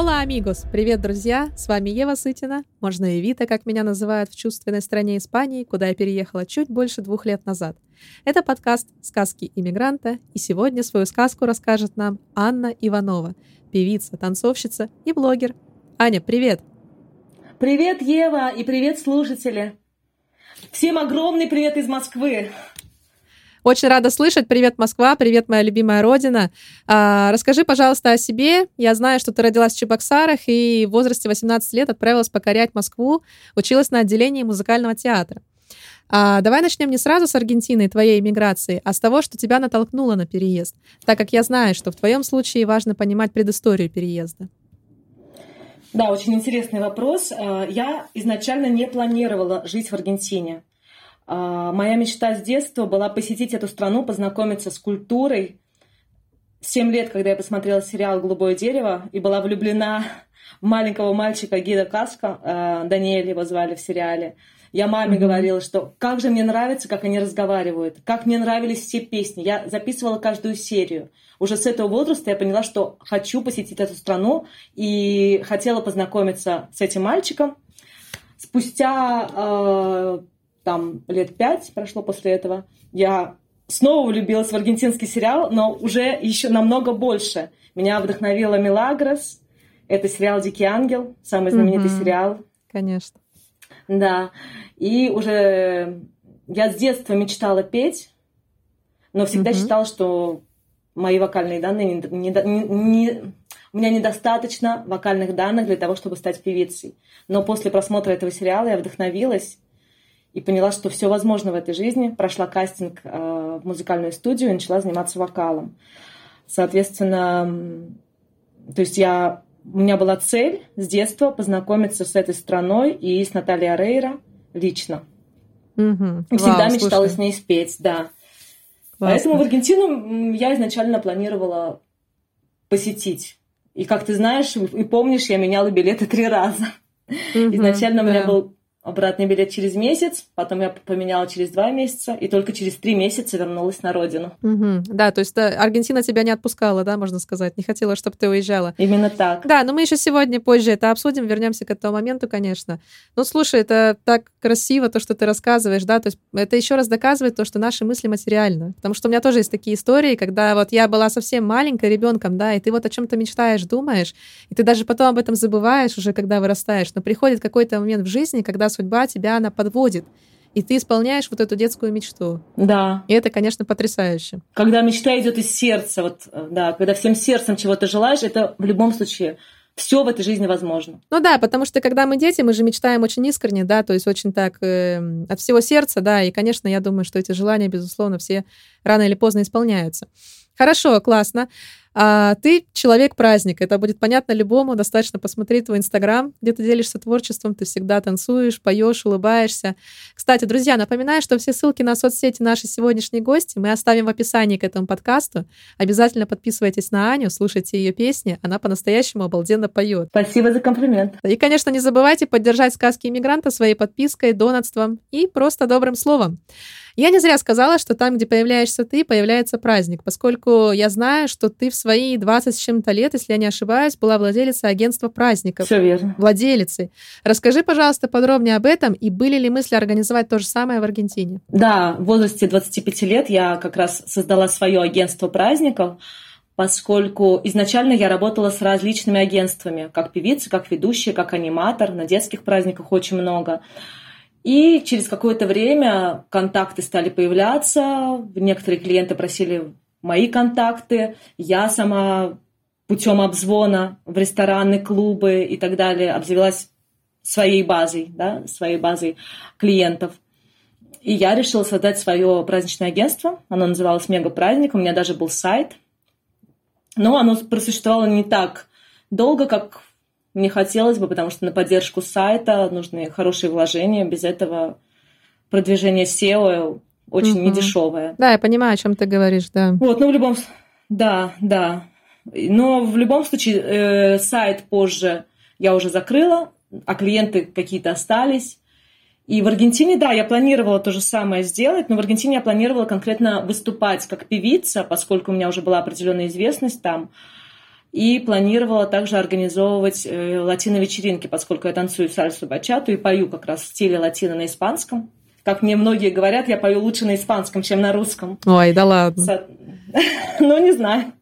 Hola, amigos! Привет, друзья! С вами Ева Сытина, можно и Вита, как меня называют в чувственной стране Испании, куда я переехала чуть больше 2 лет назад. Это подкаст «Сказки иммигранта», и сегодня свою сказку расскажет нам Анна Иванова, певица, танцовщица и блогер. Аня, привет! Привет, Ева, и привет, слушатели! Всем огромный привет из Москвы! Очень рада слышать. Привет, Москва, привет, моя любимая родина. Расскажи, пожалуйста, о себе. Я знаю, что ты родилась в Чебоксарах и в возрасте 18 лет отправилась покорять Москву, училась на отделении музыкального театра. Давай начнем не сразу с Аргентины и твоей эмиграции, а с того, что тебя натолкнуло на переезд, так как я знаю, что в твоем случае важно понимать предысторию переезда. Да, очень интересный вопрос. Я изначально не планировала жить в Аргентине. Моя мечта с детства была посетить эту страну, познакомиться с культурой. 7 лет, когда я посмотрела сериал «Голубое дерево» и была влюблена в маленького мальчика Гида Каска, Даниэль его звали в сериале, я маме говорила, что как же мне нравится, как они разговаривают, как мне нравились все песни. Я записывала каждую серию. Уже с этого возраста я поняла, что хочу посетить эту страну и хотела познакомиться с этим мальчиком. Спустя лет 5 прошло после этого, я снова влюбилась в аргентинский сериал, но уже еще намного больше. Меня вдохновила «Милагрос». Это сериал «Дикий ангел», самый знаменитый сериал. Конечно. Да. И уже я с детства мечтала петь, но всегда считала, что мои вокальные данные у меня недостаточно вокальных данных для того, чтобы стать певицей. Но после просмотра этого сериала я вдохновилась и поняла, что все возможно в этой жизни. Прошла кастинг в музыкальную студию и начала заниматься вокалом. Соответственно, то есть у меня была цель с детства познакомиться с этой страной и с Натальей Орейро лично. И всегда мечтала с ней спеть, да. Классно. Поэтому в Аргентину я изначально планировала посетить. И, как ты знаешь и помнишь, я меняла билеты 3 раза. Изначально у меня был обратный билет через месяц, потом я поменяла через 2 месяца, и только через 3 месяца вернулась на родину. Да, то есть Аргентина тебя не отпускала, да, можно сказать, не хотела, чтобы ты уезжала. Именно так. Да, но мы еще сегодня позже это обсудим, вернемся к этому моменту, конечно. Ну, слушай, это так красиво, то, что ты рассказываешь, да, то есть это еще раз доказывает то, что наши мысли материальны. Потому что у меня тоже есть такие истории, когда вот я была совсем маленькой ребенком, да, и ты вот о чем-то мечтаешь, думаешь, и ты даже потом об этом забываешь уже, когда вырастаешь, но приходит какой-то момент в жизни, когда судьба тебя, она подводит, и ты исполняешь вот эту детскую мечту. Да. И это, конечно, потрясающе. Когда мечта идет из сердца, когда всем сердцем чего-то желаешь, это в любом случае все в этой жизни возможно. Ну да, потому что когда мы дети, мы же мечтаем очень искренне, да, то есть очень так от всего сердца, да, и, конечно, я думаю, что эти желания, безусловно, все рано или поздно исполняются. Хорошо, классно. Ты человек-праздник, это будет понятно любому, достаточно посмотреть твой Инстаграм, где ты делишься творчеством, ты всегда танцуешь, поешь, улыбаешься. Кстати, друзья, напоминаю, что все ссылки на соцсети нашей сегодняшней гости мы оставим в описании к этому подкасту. Обязательно подписывайтесь на Аню, слушайте ее песни, она по-настоящему обалденно поет. Спасибо за комплимент. И, конечно, не забывайте поддержать сказки иммигранта своей подпиской, донатством и просто добрым словом. Я не зря сказала, что там, где появляешься ты, появляется праздник, поскольку я знаю, что ты в свои 20 с чем-то лет, если я не ошибаюсь, была владелицей агентства праздников. Все верно. Владелицей. Расскажи, пожалуйста, подробнее об этом, и были ли мысли организовать то же самое в Аргентине? Да, в возрасте 25 лет я как раз создала свое агентство праздников, поскольку изначально я работала с различными агентствами, как певица, как ведущая, как аниматор, на детских праздниках очень много. И через какое-то время контакты стали появляться, некоторые клиенты просили мои контакты, я сама путем обзвона в рестораны, клубы и так далее обзавелась своей базой клиентов. И я решила создать свое праздничное агентство, оно называлось «Мега Праздник», у меня даже был сайт, но оно просуществовало не так долго, как мне хотелось бы, потому что на поддержку сайта нужны хорошие вложения. Без этого продвижение SEO очень недешевое. Да, я понимаю, о чем ты говоришь, да. Да. Но в любом случае сайт позже я уже закрыла, а клиенты какие-то остались. И в Аргентине, да, я планировала то же самое сделать, но в Аргентине я планировала конкретно выступать как певица, поскольку у меня уже была определенная известность там. И планировала также организовывать латино-вечеринки, поскольку я танцую сальсу бачату и пою как раз в стиле латино на испанском. Как мне многие говорят, я пою лучше на испанском, чем на русском. Ой, да ладно. Ну, не знаю.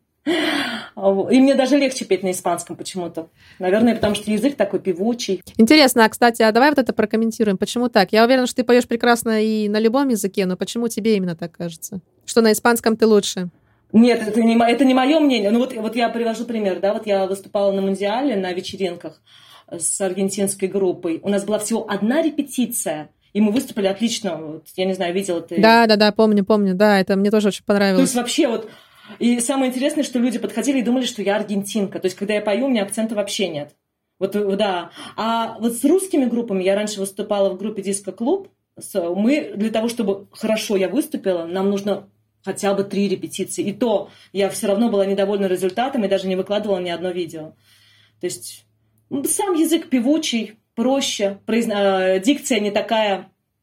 И мне даже легче петь на испанском почему-то. Наверное, потому что язык такой певучий. Интересно, кстати, а давай вот это прокомментируем. Почему так? Я уверена, что ты поешь прекрасно и на любом языке, но почему тебе именно так кажется? Что на испанском ты лучше? Нет, это не мое мнение. Ну вот я привожу пример. Да? Вот я выступала на Мундиале на вечеринках с аргентинской группой. У нас была всего одна репетиция. И мы выступили отлично. Вот, я не знаю, видела ты? Да, помню. Да, это мне тоже очень понравилось. То есть вообще вот... И самое интересное, что люди подходили и думали, что я аргентинка. То есть когда я пою, у меня акцента вообще нет. Вот, да. А вот с русскими группами, я раньше выступала в группе «Диско-клуб». Мы для того, чтобы хорошо я выступила, нам нужно хотя бы 3 репетиции. И то я все равно была недовольна результатом и даже не выкладывала ни одно видео. То есть сам язык певучий, проще, дикция не такая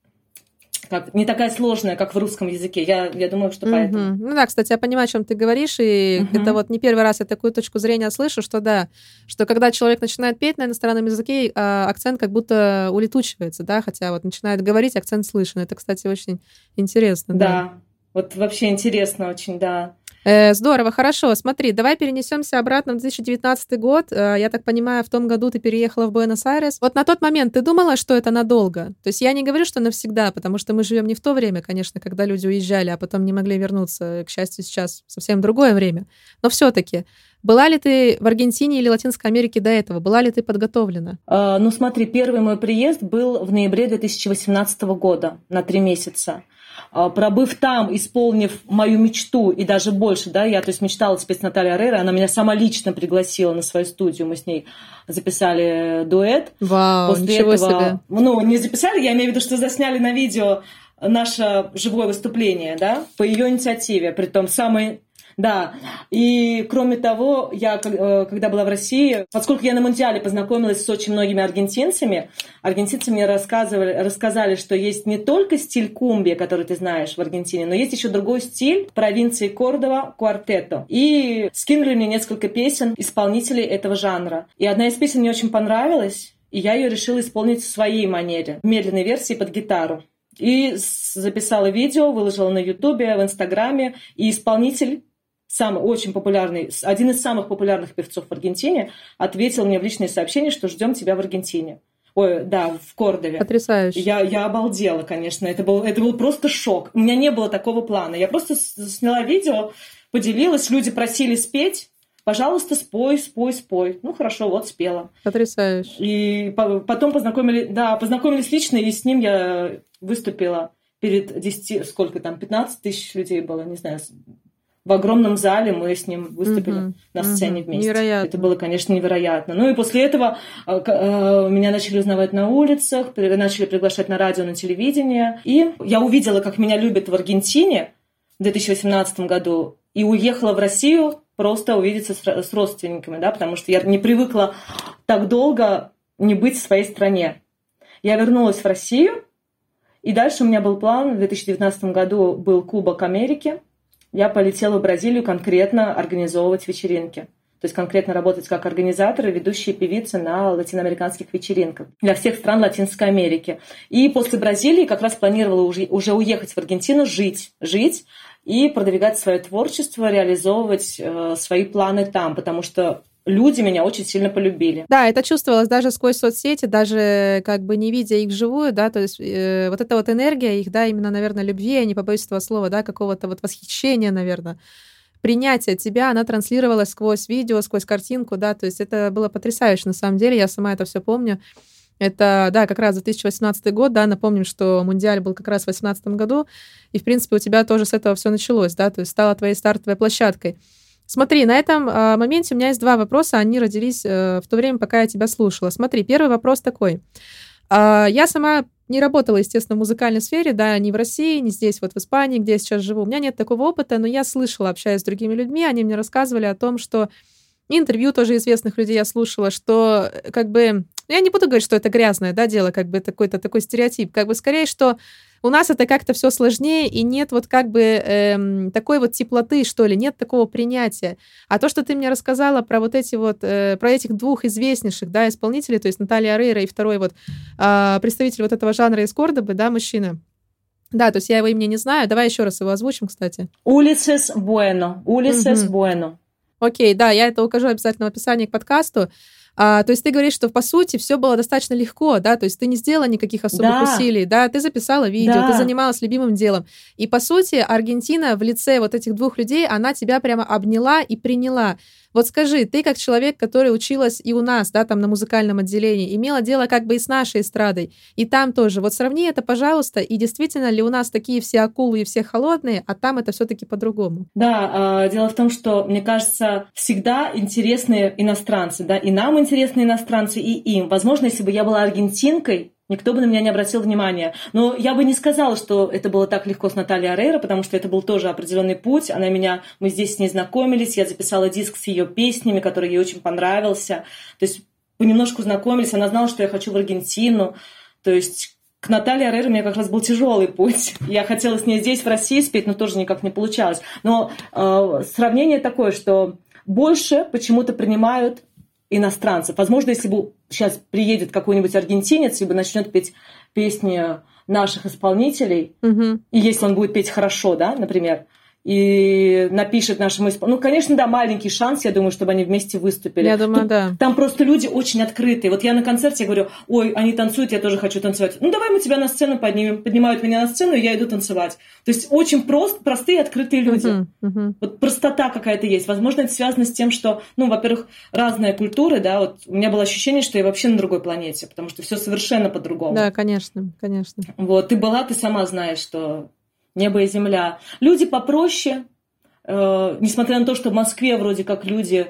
сложная, как в русском языке. Я думаю, что поэтому. Ну да, кстати, я понимаю, о чем ты говоришь, и это вот не первый раз я такую точку зрения слышу, что да, что когда человек начинает петь на иностранном языке, акцент как будто улетучивается, да, хотя вот начинает говорить, акцент слышен. Это, кстати, очень интересно. Да, вот вообще интересно очень, да. Здорово, хорошо. Смотри, давай перенесемся обратно в 2019 год. Я так понимаю, в том году ты переехала в Буэнос-Айрес. Вот на тот момент ты думала, что это надолго? То есть я не говорю, что навсегда, потому что мы живем не в то время, конечно, когда люди уезжали, а потом не могли вернуться. К счастью, сейчас совсем другое время. Но все-таки, была ли ты в Аргентине или Латинской Америке до этого? Была ли ты подготовлена? Ну смотри, первый мой приезд был в ноябре 2018 года на 3 месяца. Пробыв там, исполнив мою мечту и даже больше, да, я, то есть, мечтала спеть с Натальей Орейро, она меня сама лично пригласила на свою студию, мы с ней записали дуэт. Вау, После ничего этого, себе. Ну, не записали, я имею в виду, что засняли на видео наше живое выступление, да, по ее инициативе, притом самой... Да, и кроме того, я, когда была в России, поскольку я на Мундиале познакомилась с очень многими аргентинцы мне рассказали, что есть не только стиль кумби, который ты знаешь в Аргентине, но есть еще другой стиль провинции Кордова, квартето. И скинули мне несколько песен исполнителей этого жанра. И одна из песен мне очень понравилась, и я ее решила исполнить в своей манере, в медленной версии под гитару. И записала видео, выложила на Ютубе, в Инстаграме, и исполнитель, самый очень популярный, один из самых популярных певцов в Аргентине, ответил мне в личные сообщения, что ждем тебя в Аргентине. Ой, да, в Кордове. Потрясающе. Я обалдела, конечно. Это был просто шок. У меня не было такого плана. Я просто сняла видео, поделилась, люди просили спеть. Пожалуйста, спой. Ну, хорошо, вот спела. Потрясающе. И потом познакомились лично, и с ним я выступила перед 15 тысяч людей было, не знаю, в огромном зале мы с ним выступили на сцене вместе. Невероятно. Это было, конечно, невероятно. Ну и после этого меня начали узнавать на улицах, начали приглашать на радио, на телевидение. И я увидела, как меня любят в Аргентине в 2018 году, и уехала в Россию просто увидеться с родственниками, да, потому что я не привыкла так долго не быть в своей стране. Я вернулась в Россию, и дальше у меня был план. В 2019 году был Кубок Америки. Я полетела в Бразилию конкретно организовывать вечеринки. То есть конкретно работать как организатор и ведущая певица на латиноамериканских вечеринках для всех стран Латинской Америки. И после Бразилии как раз планировала уже уехать в Аргентину, жить и продвигать свое творчество, реализовывать свои планы там, потому что люди меня очень сильно полюбили. Да, это чувствовалось даже сквозь соцсети, даже как бы не видя их вживую, да, то есть вот эта вот энергия их, да, именно, наверное, любви, я не побоюсь этого слова, да, какого-то вот восхищения, наверное, принятие тебя, она транслировалась сквозь видео, сквозь картинку, да, то есть это было потрясающе, на самом деле, я сама это все помню. Это, да, как раз 2018 год, да, напомним, что Мундиаль был как раз в 2018 году, и, в принципе, у тебя тоже с этого все началось, да, то есть стала твоей стартовой площадкой. Смотри, на этом моменте у меня есть 2 вопроса, они родились в то время, пока я тебя слушала. Смотри, первый вопрос такой. Я сама не работала, естественно, в музыкальной сфере, да, ни в России, ни здесь, вот в Испании, где я сейчас живу. У меня нет такого опыта, но я слышала, общаясь с другими людьми, они мне рассказывали о том, что интервью тоже известных людей я слушала, что как бы... Я не буду говорить, что это грязное, да, дело, как бы какой-то такой стереотип, как бы скорее, что у нас это как-то все сложнее, и нет вот как бы такой вот теплоты, что ли, нет такого принятия. А то, что ты мне рассказала про вот эти вот, про этих двух известнейших, да, исполнителей, то есть Наталья Орейро и второй вот представитель вот этого жанра из Кордобы, да, мужчина. Да, то есть я его имени не знаю. Давай еще раз его озвучим, кстати. Улисес Буэно. Улисес Буэно. Окей, да, я это укажу обязательно в описании к подкасту. То есть ты говоришь, что, по сути, все было достаточно легко, да, то есть ты не сделала никаких особых усилий, да, ты записала видео, ты занималась любимым делом. И, по сути, Аргентина в лице вот этих двух людей, она тебя прямо обняла и приняла. Вот скажи, ты как человек, который училась и у нас, да, там на музыкальном отделении, имела дело как бы и с нашей эстрадой, и там тоже. Вот сравни это, пожалуйста, и действительно ли у нас такие все акулы и все холодные, а там это все-таки по-другому? Да, дело в том, что, мне кажется, всегда интересны иностранцы, да, и нам интересны иностранцы, и им. Возможно, если бы я была аргентинкой, никто бы на меня не обратил внимания. Но я бы не сказала, что это было так легко с Натальей Орейро, потому что это был тоже определенный путь. Мы здесь с ней знакомились, я записала диск с ее песнями, который ей очень понравился. То есть понемножку знакомились, она знала, что я хочу в Аргентину. То есть к Наталье Орейро у меня как раз был тяжелый путь. Я хотела с ней здесь, в России, спеть, но тоже никак не получалось. Но сравнение такое, что больше почему-то принимают иностранцев. Возможно, если бы сейчас приедет какой-нибудь аргентинец и начнет петь песни наших исполнителей, и если он будет петь хорошо, да, например, и напишет нашему исполнителю. Ну, конечно, да, маленький шанс, я думаю, чтобы они вместе выступили. Я думаю, да. Там просто люди очень открытые. Вот я на концерте говорю, ой, они танцуют, я тоже хочу танцевать. Ну, давай мы тебя на сцену поднимем. Поднимают меня на сцену, и я иду танцевать. То есть очень простые, открытые люди. Вот простота какая-то есть. Возможно, это связано с тем, что, ну, во-первых, разные культуры, да, вот у меня было ощущение, что я вообще на другой планете, потому что все совершенно по-другому. Да, конечно, конечно. Вот, ты сама знаешь, что небо и земля. Люди попроще, несмотря на то, что в Москве вроде как люди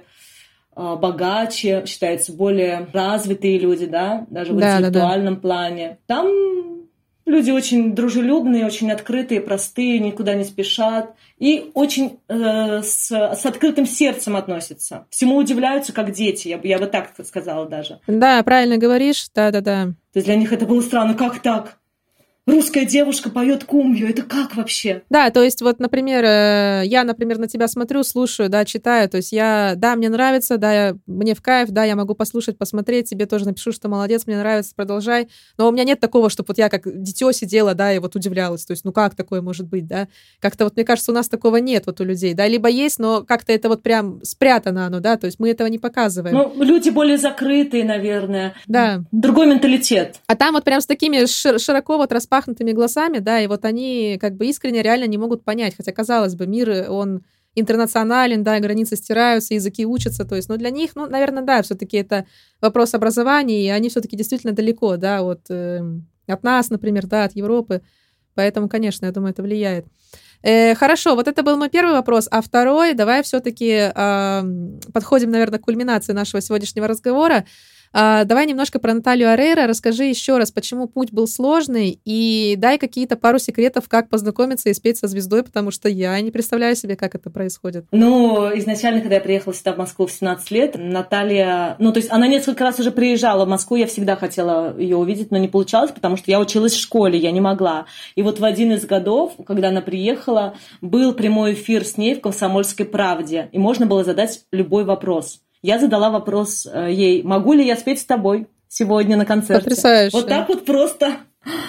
богаче, считаются более развитые люди, да, даже в интеллектуальном плане. Там люди очень дружелюбные, очень открытые, простые, никуда не спешат и очень с открытым сердцем относятся. Всему удивляются, как дети, я бы так сказала даже. Да, правильно говоришь, да. То есть для них это было странно, как так? Русская девушка поет кумбью, это как вообще? Да, то есть вот, например, я, например, на тебя смотрю, слушаю, да, читаю, то есть мне нравится, да, мне в кайф, да, я могу послушать, посмотреть, тебе тоже напишу, что молодец, мне нравится, продолжай, но у меня нет такого, чтобы вот я как дитё сидела, да, и вот удивлялась, то есть, ну как такое может быть, да, как-то вот, мне кажется, у нас такого нет вот у людей, да, либо есть, но как-то это вот прям спрятано оно, да, то есть мы этого не показываем. Ну, люди более закрытые, наверное, да. Другой менталитет. А там вот прям с такими широко вот распахнутыми глазами, да, и вот они как бы искренне реально не могут понять, хотя, казалось бы, мир, он интернационален, да, границы стираются, языки учатся, то есть, ну, для них, ну, наверное, да, все-таки это вопрос образования, и они все-таки действительно далеко, да, вот от нас, например, да, от Европы, поэтому, конечно, я думаю, это влияет. Хорошо, вот это был мой первый вопрос, а второй, давай все-таки подходим, наверное, к кульминации нашего сегодняшнего разговора. Давай немножко про Наталью Орейро. Расскажи еще раз, почему путь был сложный, и дай какие-то пару секретов, как познакомиться и спеть со звездой, потому что я не представляю себе, как это происходит. Ну, изначально, когда я приехала сюда, в Москву, в 17 лет, Наталья... Ну, то есть она несколько раз уже приезжала в Москву, я всегда хотела ее увидеть, но не получалось, потому что я училась в школе, я не могла. И вот в один из годов, когда она приехала, был прямой эфир с ней в «Комсомольской правде», и можно было задать любой вопрос. Я задала вопрос ей, могу ли я спеть с тобой сегодня на концерте? Потрясающе. Вот так вот просто.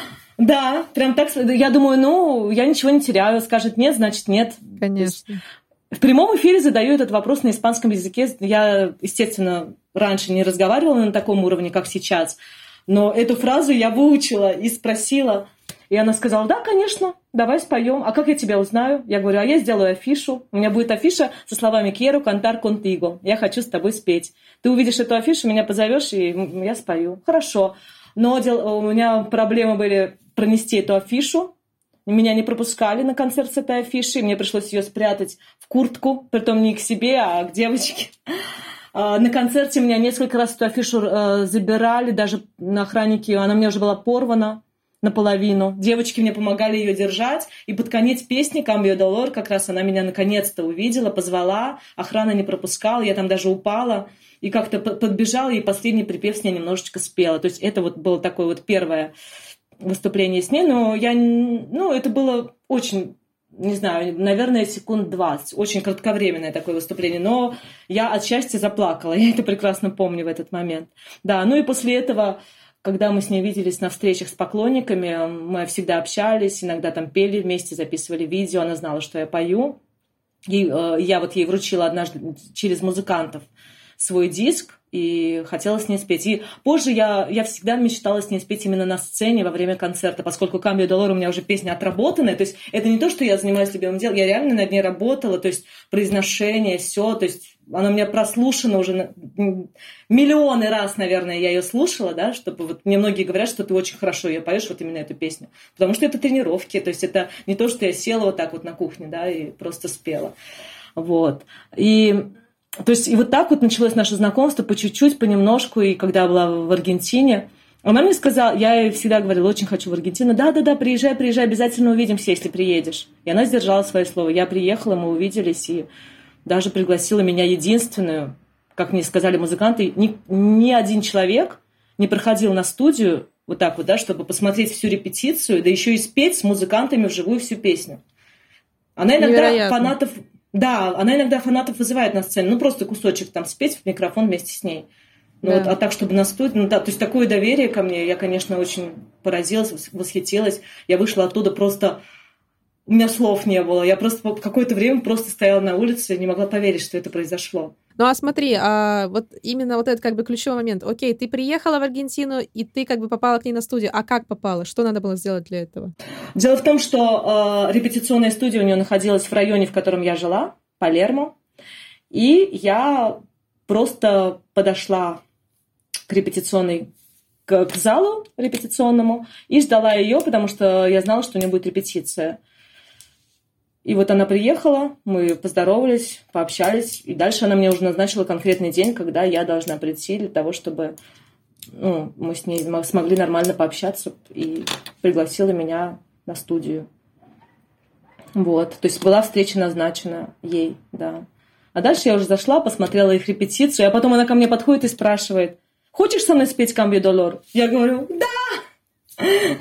Да, прям так. Я думаю, ну, я ничего не теряю. Скажет нет, значит нет. Конечно. В прямом эфире задаю этот вопрос на испанском языке. Я, естественно, раньше не разговаривала на таком уровне, как сейчас. Но эту фразу я выучила и спросила. И она сказала, да, конечно, давай споем. А как я тебя узнаю? Я говорю, а я сделаю афишу. У меня будет афиша со словами «Quiero cantar contigo». Я хочу с тобой спеть. Ты увидишь эту афишу, меня позовешь, и я спою. Хорошо. Но у меня проблемы были пронести эту афишу. Меня не пропускали на концерт с этой афишей. Мне пришлось ее спрятать в куртку, притом не к себе, а к девочке. На концерте меня несколько раз эту афишу забирали, даже на охраннике, она у меня уже была порвана наполовину. Девочки мне помогали ее держать, и под конец песни «Cambio de Dolor» как раз она меня наконец-то увидела, позвала, охрана не пропускала, я там даже упала, и как-то подбежала, и последний припев с ней немножечко спела. То есть это вот было такое вот первое выступление с ней, но это было очень, не знаю, наверное, секунд 20. Очень кратковременное такое выступление, но я от счастья заплакала. Я это прекрасно помню в этот момент. Да, и после этого, когда мы с ней виделись на встречах с поклонниками, мы всегда общались, иногда там пели вместе, записывали видео, она знала, что я пою. Я ей вручила однажды через музыкантов свой диск и хотела с ней спеть. И позже я всегда мечтала с ней спеть именно на сцене во время концерта, поскольку «Cambio Dolor» у меня уже песня отработанная. То есть это не то, что я занимаюсь любимым делом, я реально над ней работала, то есть произношение, все, то есть она у меня прослушана уже миллионы раз, наверное, я ее слушала, да, чтобы мне многие говорят, что ты очень хорошо ее поешь, вот именно эту песню. Потому что это тренировки, то есть это не то, что я села вот так вот на кухне, да, и просто спела. Вот. То есть и вот так вот началось наше знакомство по чуть-чуть, понемножку. И когда я была в Аргентине, она мне сказала, я ей всегда говорила, очень хочу в Аргентину. Да, приезжай, обязательно увидимся, если приедешь. И она сдержала свое слово. Я приехала, мы увиделись, и даже пригласила меня единственную, как мне сказали музыканты, ни один человек не проходил на студию вот так вот, да, чтобы посмотреть всю репетицию, да еще и спеть с музыкантами вживую всю песню. Она иногда фанатов... Да, она иногда фанатов вызывает на сцену, просто кусочек там спеть в микрофон вместе с ней. А так, чтобы на студии, то есть такое доверие ко мне, я, конечно, очень поразилась, восхитилась. Я вышла оттуда просто, у меня слов не было, я просто какое-то время просто стояла на улице и не могла поверить, что это произошло. Ну, а смотри, вот именно вот этот как бы ключевой момент. Окей, ты приехала в Аргентину, и ты как бы попала к ней на студию. А как попала? Что надо было сделать для этого? Дело в том, что репетиционная студия у нее находилась в районе, в котором я жила, Палермо. И я просто подошла к залу репетиционному и ждала ее, потому что я знала, что у нее будет репетиция. И вот она приехала, мы поздоровались, пообщались, и дальше она мне уже назначила конкретный день, когда я должна прийти для того, чтобы мы с ней смогли нормально пообщаться, и пригласила меня на студию. Вот, то есть была встреча назначена ей, да. А дальше я уже зашла, посмотрела их репетицию, а потом она ко мне подходит и спрашивает: «Хочешь со мной спеть «Cambio Dolor»?» Я говорю: «Да!»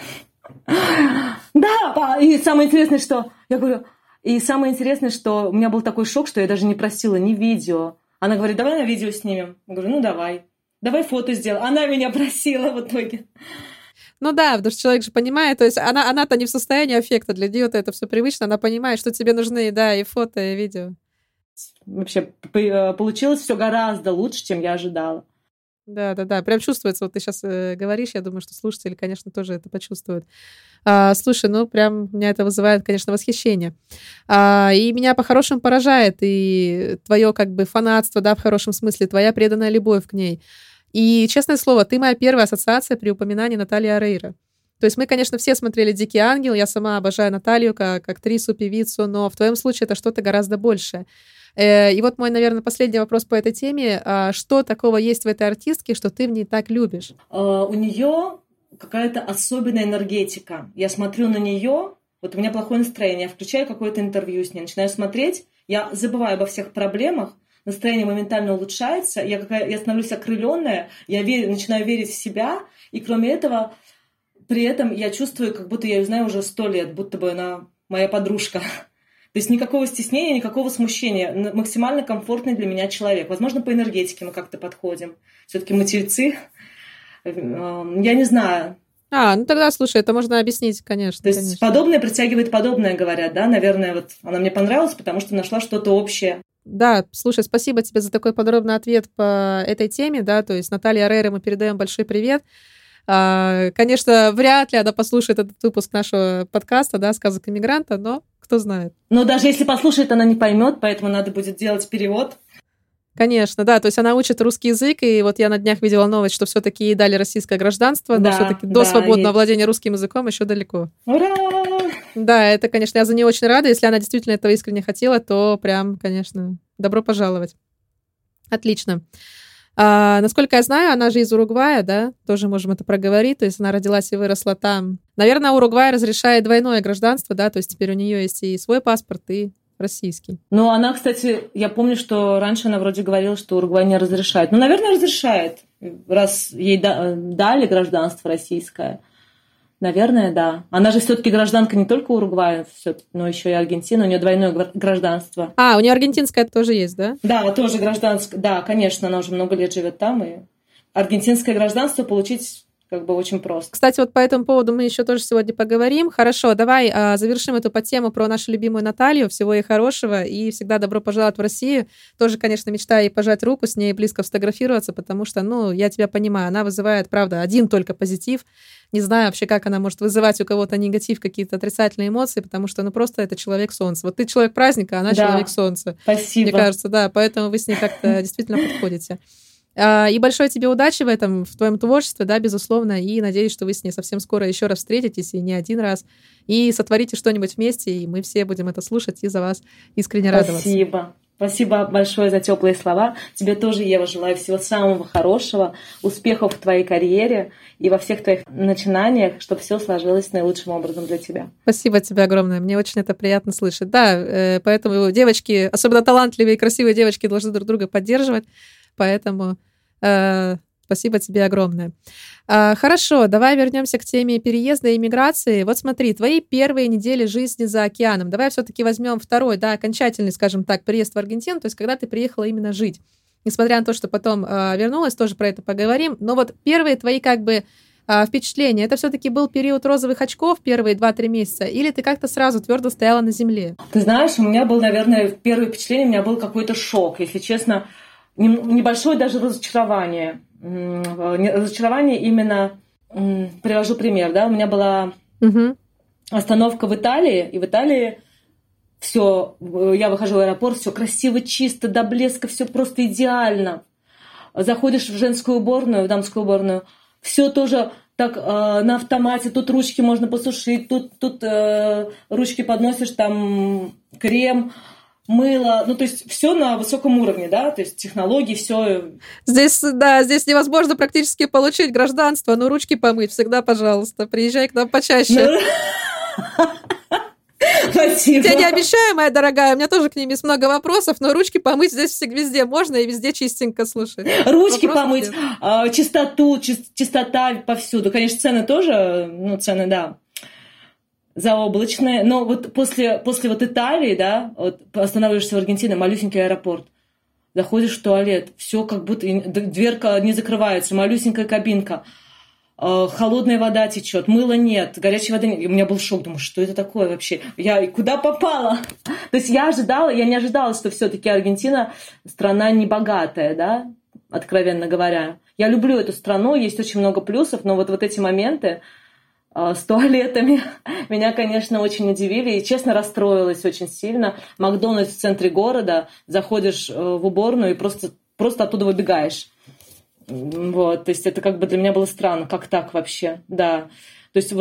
Да, и самое интересное, что... Я говорю... И самое интересное, что у меня был такой шок, что я даже не просила ни видео. Она говорит: «Давай на видео снимем». Я говорю: давай фото сделай. Она меня просила в итоге. Ну да, потому что человек же понимает, то есть она-то не в состоянии аффекта, для нее-то это все привычно, она понимает, что тебе нужны, да, и фото, и видео. Вообще получилось все гораздо лучше, чем я ожидала. Да, прям чувствуется, вот ты сейчас говоришь, я думаю, что слушатели, конечно, тоже это почувствуют. Слушай, прям меня это вызывает, конечно, восхищение. И меня по-хорошему поражает и твое как бы фанатство, да, в хорошем смысле, твоя преданная любовь к ней. И, честное слово, ты моя первая ассоциация при упоминании Натальи Орейро. То есть мы, конечно, все смотрели «Дикий ангел», я сама обожаю Наталью как актрису, певицу, но в твоем случае это что-то гораздо большее. И вот мой, наверное, последний вопрос по этой теме. Что такого есть в этой артистке, что ты в ней так любишь? У нее какая-то особенная энергетика. Я смотрю на нее, вот у меня плохое настроение, я включаю какое-то интервью с ней, начинаю смотреть, я забываю обо всех проблемах, настроение моментально улучшается, я становлюсь окрыленная, я начинаю верить в себя, и кроме этого, при этом я чувствую, как будто я ее знаю уже 100 лет, будто бы она моя подружка. То есть никакого стеснения, никакого смущения. Максимально комфортный для меня человек. Возможно, по энергетике мы как-то подходим. Все-таки мы тельцы. Я не знаю. Тогда, слушай, это можно объяснить, конечно. То есть подобное притягивает подобное, говорят, да? Наверное, вот она мне понравилась, потому что нашла что-то общее. Да, слушай, спасибо тебе за такой подробный ответ по этой теме, да, то есть Наталье Орейро мы передаем большой привет. Конечно, вряд ли она послушает этот выпуск нашего подкаста, да, «Сказок иммигранта», но кто знает. Но даже если послушает, она не поймет, поэтому надо будет делать перевод. Конечно, да, то есть она учит русский язык, и вот я на днях видела новость, что все-таки ей дали российское гражданство, но все-таки до свободного владения русским языком еще далеко. Ура! Да, это, конечно, я за нее очень рада. Если она действительно этого искренне хотела, то прям, конечно, добро пожаловать. Отлично. Насколько я знаю, она же из Уругвая, да, тоже можем это проговорить, то есть она родилась и выросла там. Наверное, Уругвай разрешает двойное гражданство, да, то есть теперь у нее есть и свой паспорт, и российский. Ну, она, кстати, я помню, что раньше она вроде говорила, что Уругвай не разрешает. Ну, наверное, разрешает, раз ей дали гражданство российское. Наверное, да. Она же все-таки гражданка не только Уругвая, но еще и Аргентины. У нее двойное гражданство. У нее аргентинское тоже есть, да? Да, тоже гражданское. Да, конечно, она уже много лет живет там. И аргентинское гражданство получить как бы очень просто. Кстати, вот по этому поводу мы еще тоже сегодня поговорим. Хорошо, давай завершим эту подтему про нашу любимую Наталью. Всего ей хорошего и всегда добро пожаловать в Россию. Тоже, конечно, мечтаю ей пожать руку, с ней близко сфотографироваться, потому что, я тебя понимаю, она вызывает, правда, один только позитив. Не знаю вообще, как она может вызывать у кого-то негатив, какие-то отрицательные эмоции, потому что, просто это человек солнца. Вот ты человек праздника, а она человек солнца. Спасибо. Мне кажется, да, поэтому вы с ней как-то действительно подходите. И большое тебе удачи в этом, в твоем творчестве, да, безусловно, и надеюсь, что вы с ней совсем скоро еще раз встретитесь, и не один раз, и сотворите что-нибудь вместе, и мы все будем это слушать и за вас искренне радоваться. Спасибо. Спасибо большое за теплые слова. Тебе тоже, Ева, желаю всего самого хорошего, успехов в твоей карьере и во всех твоих начинаниях, чтобы все сложилось наилучшим образом для тебя. Спасибо тебе огромное. Мне очень это приятно слышать. Да, поэтому девочки, особенно талантливые и красивые девочки, должны друг друга поддерживать. Поэтому спасибо тебе огромное. Хорошо, давай вернемся к теме переезда и иммиграции. Вот смотри, твои первые недели жизни за океаном. Давай все-таки возьмем второй, да, окончательный, скажем так, приезд в Аргентину, то есть когда ты приехала именно жить. Несмотря на то, что потом вернулась, тоже про это поговорим. Но вот первые твои как бы впечатления, это все-таки был период розовых очков, первые 2-3 месяца, или ты как-то сразу твердо стояла на земле? Ты знаешь, у меня был, наверное, первое впечатление, у меня был какой-то шок, если честно. Небольшое даже разочарование. Разочарование именно... Привожу пример, да, у меня была остановка в Италии, и в Италии все, я выхожу в аэропорт, все красиво, чисто, до блеска, все просто идеально. Заходишь в женскую уборную, в дамскую уборную, все тоже так на автомате, тут ручки можно посушить, тут ручки подносишь, там крем, мыло, то есть все на высоком уровне, да, то есть технологии, все. Здесь невозможно практически получить гражданство, но ручки помыть всегда, пожалуйста, приезжай к нам почаще. Спасибо. Я не обещаю, моя дорогая, у меня тоже к ним есть много вопросов, но ручки помыть здесь везде можно и везде чистенько, слушай. Ручки помыть, чистота повсюду. Конечно, цены тоже, цены, да, заоблачные, но вот после вот Италии, да, вот останавливаешься в Аргентине, малюсенький аэропорт, заходишь в туалет, все как будто дверка не закрывается, малюсенькая кабинка, холодная вода течет, мыла нет, горячей воды нет. И у меня был шок, думаю, что это такое вообще? Я куда попала? То есть я не ожидала, что все-таки Аргентина страна небогатая, да, откровенно говоря. Я люблю эту страну, есть очень много плюсов, но вот эти моменты с туалетами меня, конечно, очень удивили и, честно, расстроилась очень сильно. Макдональдс в центре города, заходишь в уборную и просто оттуда выбегаешь. Вот, то есть это как бы для меня было странно, как так вообще, да. То есть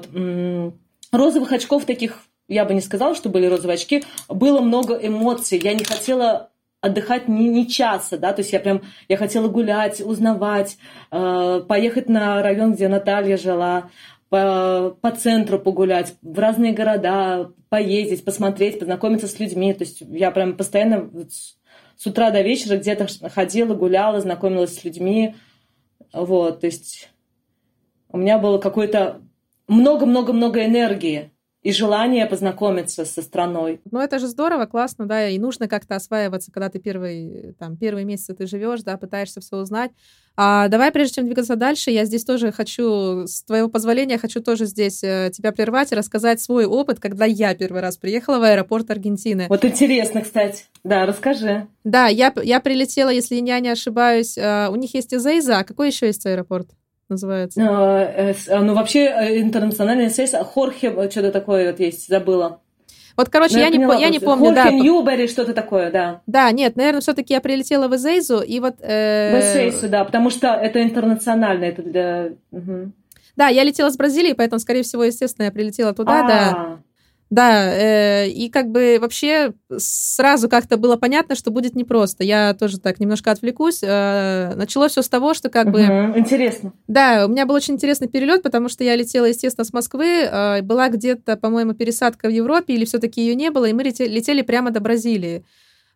розовых очков таких, я бы не сказала, что были розовые очки, было много эмоций, я не хотела отдыхать ни часа, да, то есть я хотела гулять, узнавать, поехать на район, где Наталья жила, по центру погулять, в разные города поездить, посмотреть, познакомиться с людьми, то есть я прям постоянно с утра до вечера где-то ходила, гуляла, знакомилась с людьми, вот, то есть у меня было какое-то много-много-много энергии и желание познакомиться со страной. Ну, это же здорово, классно, да, и нужно как-то осваиваться, когда ты первые месяцы ты живешь, да, пытаешься все узнать. Давай, прежде чем двигаться дальше, я здесь тоже хочу, с твоего позволения, тоже здесь тебя прервать и рассказать свой опыт, когда я первый раз приехала в аэропорт Аргентины. Вот интересно, кстати. Да, расскажи. Да, я прилетела, если я не ошибаюсь, у них есть Ezeiza, а какой еще есть аэропорт? Называется? Вообще интернациональный сейс, Хорхе, что-то такое вот есть, забыла. Вот, короче, я не помню, Хорхе, да. Ньюбери, что-то такое, да. Да, нет, наверное, все-таки я прилетела в Ezeizu, и вот... В Ezeizu, да, потому что это интернационально, это для... Угу. Да, я летела с Бразилии, поэтому, скорее всего, естественно, я прилетела туда, да. Да, и как бы вообще сразу как-то было понятно, что будет непросто. Я тоже так немножко отвлекусь. Началось все с того, что как бы... Интересно. Да, у меня был очень интересный перелет, потому что я летела, естественно, с Москвы. Была где-то, по-моему, пересадка в Европе, или все-таки ее не было, и мы летели прямо до Бразилии.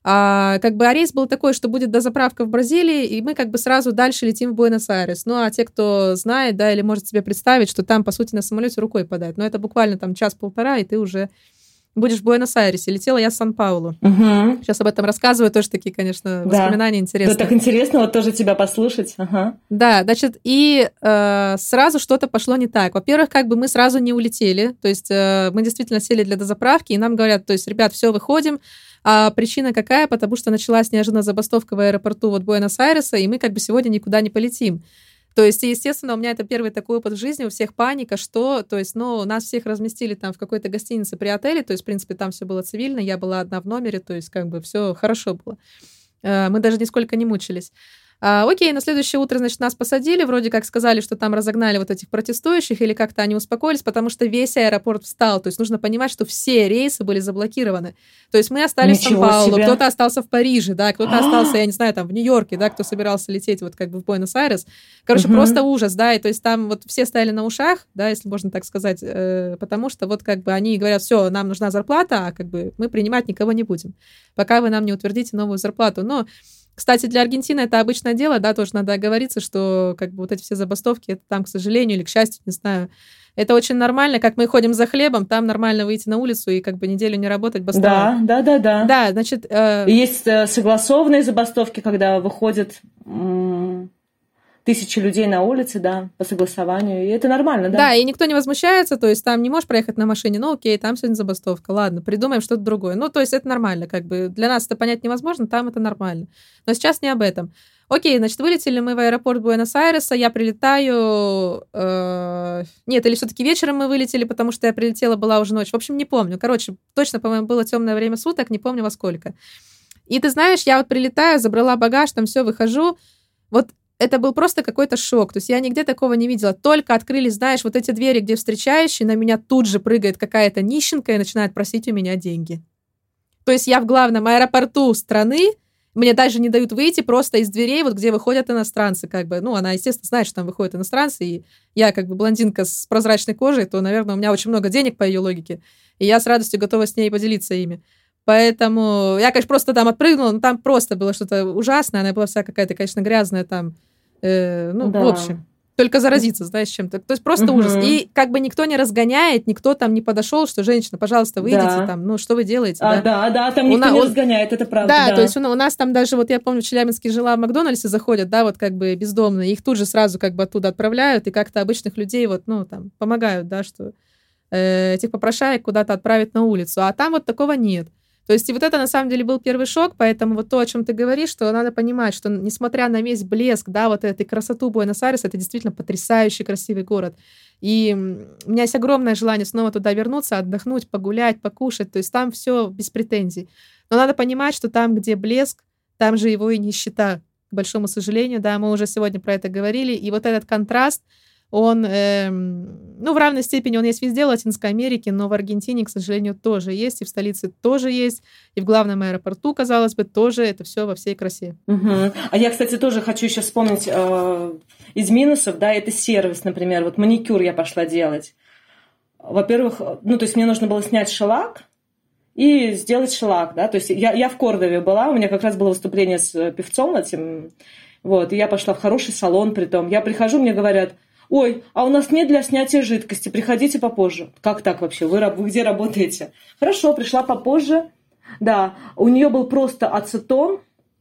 Как бы рейс был такой, что будет дозаправка в Бразилии, и мы как бы сразу дальше летим в Буэнос-Айрес. Ну, а те, кто знает, да, или может себе представить, что там, по сути, на самолете рукой подать. Но это буквально там час-полтора, и ты уже будешь в Буэнос-Айресе. Летела я в Сан-Паулу. Угу. Сейчас об этом рассказываю, тоже такие, конечно, воспоминания интересные. Да, так интересно вот тоже тебя послушать. Ага. Да, значит, и сразу что-то пошло не так. Во-первых, как бы мы сразу не улетели, то есть мы действительно сели для дозаправки, и нам говорят, то есть, ребят, все, выходим. А причина какая? Потому что началась неожиданно забастовка в аэропорту вот Буэнос-Айреса, и мы как бы сегодня никуда не полетим. То есть, естественно, у меня это первый такой опыт в жизни, у всех паника, что, то есть, ну, нас всех разместили там в какой-то гостинице при отеле, то есть, в принципе, там все было цивильно, я была одна в номере, то есть, как бы все хорошо было. Мы даже нисколько не мучились. Окей, на следующее утро, значит, нас посадили, вроде как сказали, что там разогнали вот этих протестующих, или как-то они успокоились, потому что весь аэропорт встал, то есть нужно понимать, что все рейсы были заблокированы. То есть мы остались в Сан-Паулу, кто-то остался в Париже, да, кто-то остался, я не знаю, там в Нью-Йорке, да, кто собирался лететь вот как бы в Буэнос-Айрес. Короче, просто ужас, да, и то есть там вот все стояли на ушах, да, если можно так сказать, потому что вот как бы они говорят, все, нам нужна зарплата, а как бы мы принимать никого не будем, пока вы нам не утвердите новую зарплату. Но кстати, для Аргентины это обычное дело, да, тоже надо оговориться, что как бы вот эти все забастовки, это там, к сожалению или к счастью, не знаю, это очень нормально, как мы ходим за хлебом, там нормально выйти на улицу и как бы неделю не работать, бастовать. Да. Да, значит... Есть согласованные забастовки, когда выходят тысячи людей на улице, да, по согласованию, и это нормально, да. Да, и никто не возмущается, то есть там не можешь проехать на машине, ну окей, там сегодня забастовка, ладно, придумаем что-то другое. Ну, то есть это нормально, как бы для нас это понять невозможно, там это нормально. Но сейчас не об этом. Окей, значит, вылетели мы в аэропорт Буэнос-Айреса, я прилетаю... Нет, или все-таки вечером мы вылетели, потому что я прилетела, была уже ночь. В общем, не помню. Короче, точно, по-моему, было темное время суток, не помню во сколько. И ты знаешь, я вот прилетаю, забрала багаж, там все, выхожу. Вот это был просто какой-то шок. То есть я нигде такого не видела. Только открылись, знаешь, вот эти двери, где встречающие, на меня тут же прыгает какая-то нищенка и начинает просить у меня деньги. То есть я в главном аэропорту страны, мне даже не дают выйти просто из дверей, вот где выходят иностранцы, как бы. Ну, она, естественно, знает, что там выходят иностранцы, и я как бы блондинка с прозрачной кожей, то, наверное, у меня очень много денег по ее логике, и я с радостью готова с ней поделиться ими. Поэтому я, конечно, просто там отпрыгнула, но там просто было что-то ужасное, она была вся какая-то, конечно, грязная там, в общем, только заразиться, знаешь, чем-то. То есть просто ужас. И как бы никто не разгоняет, никто там не подошел, что, женщина, пожалуйста, выйдите там, ну, что вы делаете? Да, там никто не разгоняет, это правда. Да, то есть у нас там даже, вот я помню, в Челябинске жила, в Макдональдсе заходят, да, вот как бы бездомные, их тут же сразу как бы оттуда отправляют, и как-то обычных людей вот, ну, там, помогают, да, что этих попрошаек куда-то отправить на улицу. А там вот такого нет. То есть и вот это, на самом деле, был первый шок, поэтому вот то, о чем ты говоришь, что надо понимать, что несмотря на весь блеск, да, вот этой красоту Буэнос-Айреса, это действительно потрясающий красивый город. И у меня есть огромное желание снова туда вернуться, отдохнуть, погулять, покушать, то есть там все без претензий. Но надо понимать, что там, где блеск, там же его и нищета, к большому сожалению, да, мы уже сегодня про это говорили, и вот этот контраст, он, в равной степени он есть везде в Латинской Америке, но в Аргентине, к сожалению, тоже есть, и в столице тоже есть, и в главном аэропорту, казалось бы, тоже это все во всей красе. А я, кстати, тоже хочу еще вспомнить из минусов, да, это сервис, например, вот маникюр я пошла делать. Во-первых, ну, то есть мне нужно было снять шелак и сделать шелак, да, то есть я в Кордове была, у меня как раз было выступление с певцом этим, вот, и я пошла в хороший салон, притом. Я прихожу, мне говорят: ой, а у нас нет для снятия жидкости, приходите попозже. Как так вообще? Вы где работаете? Хорошо, пришла попозже. Да, у нее был просто ацетон,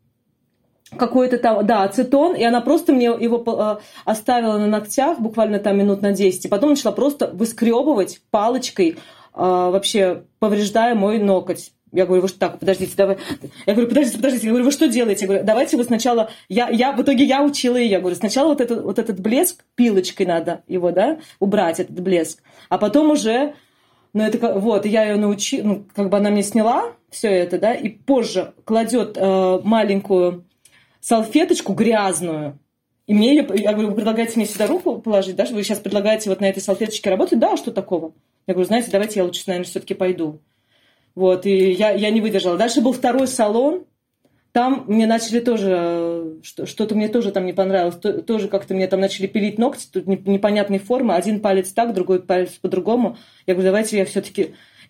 какой-то там, да, ацетон, и она просто мне его оставила на ногтях, буквально там минут на 10, и потом начала просто выскребывать палочкой, вообще повреждая мой ноготь. Я говорю: вы что, так, подождите, давай. Я говорю: подождите. Я говорю: вы что делаете? Я говорю: давайте вы сначала... В итоге я учила ее. Я говорю: сначала вот этот блеск, пилочкой надо его, да, убрать, этот блеск. А потом уже... Ну, это вот, я ее научила, ну, как бы она мне сняла все это, да, и позже кладет маленькую салфеточку грязную. И мне ее... Я говорю: вы предлагаете мне сюда руку положить, да? Вы сейчас предлагаете вот на этой салфеточке работать? Да, что такого? Я говорю: знаете, давайте я лучше, наверное, все-таки пойду. Вот, и я не выдержала. Дальше был второй салон. Там мне начали тоже... Что-то мне тоже там не понравилось. Тоже как-то мне там начали пилить ногти. Тут непонятные формы. Один палец так, другой палец по-другому. Я говорю: давайте я все-таки...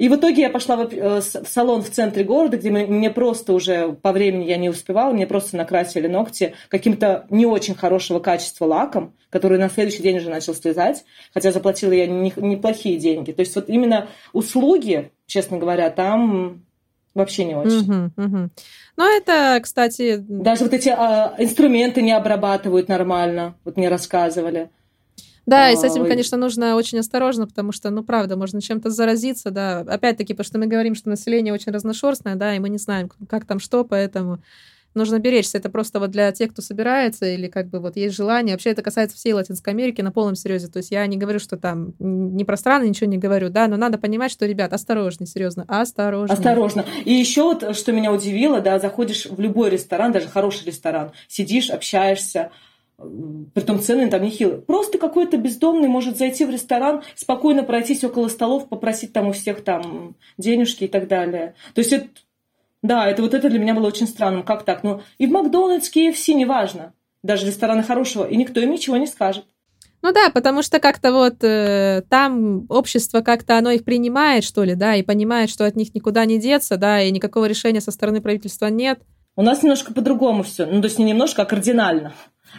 И в итоге я пошла в салон в центре города, где мне просто уже по времени я не успевала, мне просто накрасили ногти каким-то не очень хорошего качества лаком, который на следующий день уже начал слезать, хотя заплатила я неплохие деньги. То есть вот именно услуги, честно говоря, там вообще не очень. Ну, это, кстати... Даже вот эти инструменты не обрабатывают нормально, вот мне рассказывали. Да, и с этим, конечно, нужно очень осторожно, потому что, ну, правда, можно чем-то заразиться, да. Опять-таки, потому что мы говорим, что население очень разношерстное, да, и мы не знаем, как там что, поэтому нужно беречься. Это просто вот для тех, кто собирается или как бы вот есть желание. Вообще это касается всей Латинской Америки на полном серьезе. То есть я не говорю, что там не про страны, ничего не говорю, да, но надо понимать, что, ребят, осторожнее, серьезно, осторожнее. Осторожно. И еще вот, что меня удивило, да, заходишь в любой ресторан, даже хороший ресторан, сидишь, общаешься, притом цены там нехилые. Просто какой-то бездомный может зайти в ресторан, спокойно пройтись около столов, попросить там у всех там денежки и так далее. То есть это, да, это вот это для меня было очень странным. Как так? Ну, и в Макдональдс, KFC, неважно. Даже рестораны хорошего, и никто им ничего не скажет. Ну да, потому что как-то вот там общество как-то оно их принимает, что ли, да, и понимает, что от них никуда не деться, да, и никакого решения со стороны правительства нет. У нас немножко по-другому все. Ну, то есть не немножко, а кардинально.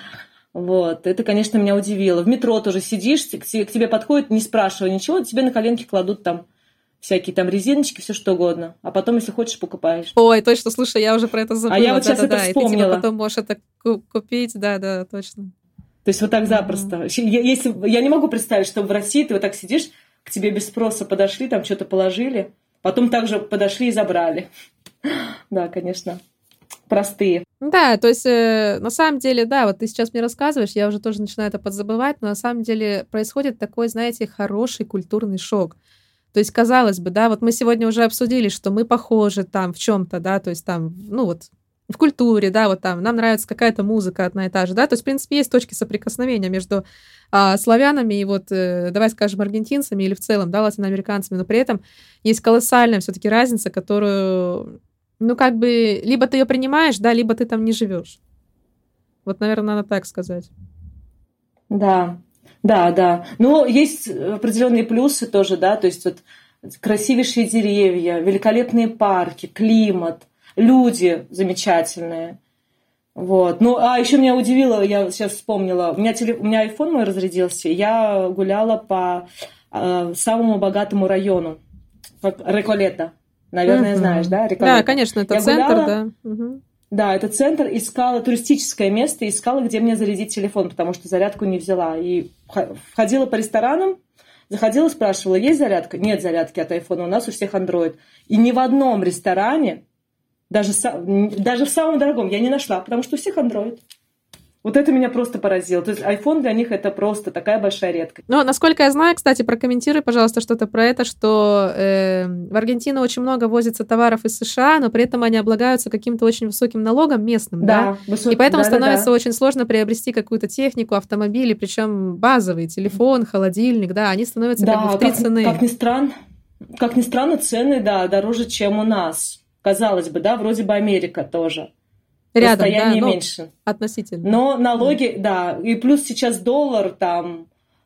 Вот, это, конечно, меня удивило. В метро тоже сидишь, к тебе подходят, не спрашивая ничего, тебе на коленки кладут там всякие там резиночки, все что угодно. А потом, если хочешь, покупаешь. Ой, точно, слушай, я уже про это забыла. А я вот сейчас это вспомнила. И ты типа потом можешь это купить, да, точно. То есть вот так запросто. Если, я не могу представить, что в России ты вот так сидишь, к тебе без спроса подошли, там что-то положили, потом также подошли и забрали. Да, конечно. Простые. Да, то есть на самом деле, да, вот ты сейчас мне рассказываешь, я уже тоже начинаю это подзабывать, но на самом деле происходит такой, знаете, хороший культурный шок. То есть, казалось бы, да, вот мы сегодня уже обсудили, что мы похожи там в чем-то, да, то есть там, ну вот, в культуре, да, вот там нам нравится какая-то музыка одна и та же, да, то есть, в принципе, есть точки соприкосновения между славянами и вот, давай скажем, аргентинцами или в целом, да, латиноамериканцами, но при этом есть колоссальная все-таки разница, которую... Ну, как бы, либо ты ее принимаешь, да, либо ты там не живешь. Вот, наверное, надо так сказать. Да. Но есть определенные плюсы тоже, да, то есть вот красивейшие деревья, великолепные парки, климат, люди замечательные. Вот. Ну, а еще меня удивило, я сейчас вспомнила, у меня iPhone мой разрядился, я гуляла по самому богатому району, Реколета. Наверное, знаешь, да? Реколета. Да, конечно, это центр, да. Да, это центр, искала туристическое место, искала, где мне зарядить телефон, потому что зарядку не взяла. И входила по ресторанам, заходила, спрашивала, есть зарядка? Нет зарядки от айфона, у нас у всех Android. И ни в одном ресторане, даже в самом дорогом, я не нашла, потому что у всех Android. Вот это меня просто поразило. То есть iPhone для них это просто такая большая редкость. Ну, насколько я знаю, кстати, прокомментируй, пожалуйста, что-то про это, что в Аргентину очень много возится товаров из США, но при этом они облагаются каким-то очень высоким налогом местным, да? И поэтому становится очень сложно приобрести какую-то технику, автомобили, причем базовый, телефон, холодильник, да, они становятся как бы в 3 цены. Как ни странно, цены, да, дороже, чем у нас. Казалось бы, да, вроде бы Америка тоже. Рядом, да, меньше. Относительно. Но налоги, да, и плюс сейчас доллар там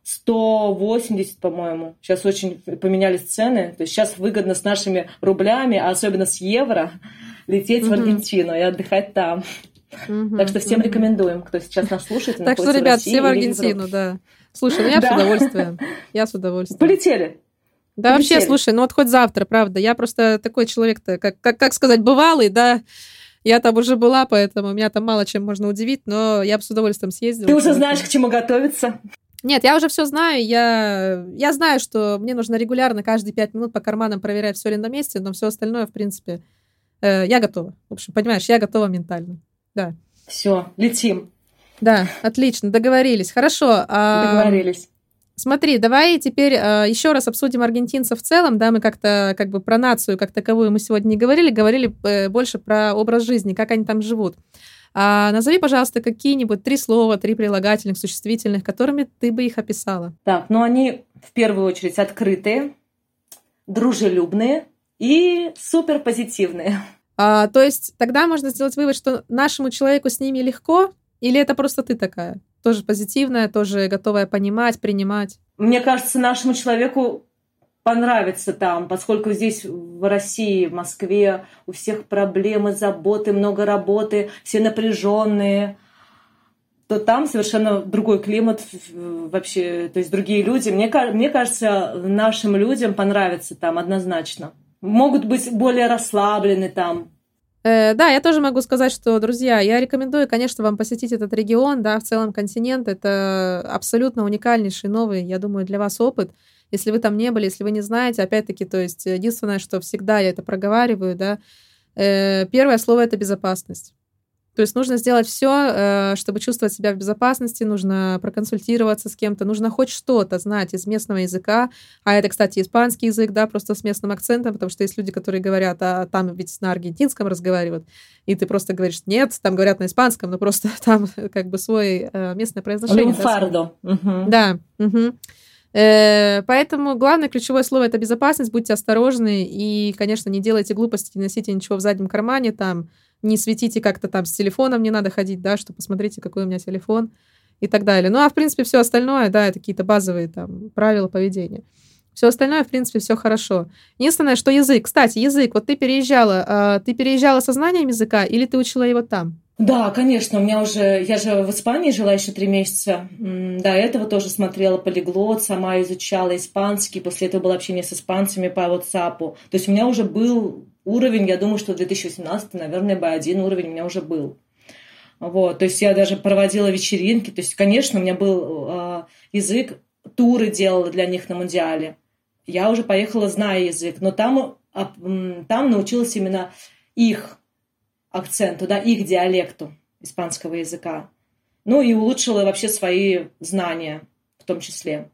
180, по-моему. Сейчас очень поменялись цены. То есть сейчас выгодно с нашими рублями, а особенно с евро, лететь в Аргентину и отдыхать там. Так что всем рекомендуем, кто сейчас нас слушает. Так что, ребят, все в Аргентину, да. Слушай, ну я с удовольствием. Я с удовольствием. Полетели. Да, вообще, слушай, ну вот хоть завтра, правда. Я просто такой человек-то, как сказать, бывалый, да. Я там уже была, поэтому меня там мало чем можно удивить, но я бы с удовольствием съездила. Ты уже знаешь, к чему готовиться? Нет, я уже все знаю. Я знаю, что мне нужно регулярно, каждые 5 минут по карманам проверять, все ли на месте, но все остальное, в принципе, я готова. В общем, понимаешь, я готова ментально. Да. Все, летим. Да, отлично, договорились. Хорошо. Договорились. Смотри, давай теперь еще раз обсудим аргентинцев в целом, да, мы как-то как бы про нацию как таковую мы сегодня не говорили больше про образ жизни, как они там живут. Назови, пожалуйста, какие-нибудь 3 слова, 3 прилагательных, существительных, которыми ты бы их описала. Так, ну они в первую очередь открытые, дружелюбные и суперпозитивные. То есть тогда можно сделать вывод, что нашему человеку с ними легко, или это просто ты такая? Тоже позитивная, тоже готовая понимать, принимать. Мне кажется, нашему человеку понравится там, поскольку здесь в России, в Москве у всех проблемы, заботы, много работы, все напряженные, то там совершенно другой климат вообще, то есть другие люди. Мне кажется, нашим людям понравится там однозначно. Могут быть более расслаблены там. Да, я тоже могу сказать, что, друзья, я рекомендую, конечно, вам посетить этот регион, да, в целом континент. Это абсолютно уникальнейший новый, я думаю, для вас опыт. Если вы там не были, если вы не знаете, опять-таки, то есть единственное, что всегда я это проговариваю, да, первое слово — это безопасность. То есть нужно сделать все, чтобы чувствовать себя в безопасности, нужно проконсультироваться с кем-то, нужно хоть что-то знать из местного языка, а это, кстати, испанский язык, да, просто с местным акцентом, потому что есть люди, которые говорят, а там ведь на аргентинском разговаривают, и ты просто говоришь, нет, там говорят на испанском, но просто там как бы свой местное произношение. Линфардо. Да. Поэтому главное ключевое слово — это безопасность, будьте осторожны и, конечно, не делайте глупости, не носите ничего в заднем кармане, там, не светите как-то там с телефоном, не надо ходить, да, что посмотрите, какой у меня телефон и так далее. Ну, а в принципе, все остальное, да, это какие-то базовые там правила поведения. Все остальное, в принципе, все хорошо. Единственное, что язык. Кстати, язык. Вот ты переезжала со знанием языка или ты учила его там? Да, конечно, я же в Испании жила еще 3 месяца. До этого тоже смотрела полиглот, сама изучала испанский, после этого было общение с испанцами по WhatsApp. То есть у меня уже был уровень, я думаю, что в 2018, наверное, B1 уровень у меня уже был. Вот, то есть я даже проводила вечеринки, то есть, конечно, у меня был язык, туры делала для них на Мундиале. Я уже поехала, зная язык, но там научилась именно их акценту, да, их диалекту испанского языка. Ну и улучшила вообще свои знания в том числе.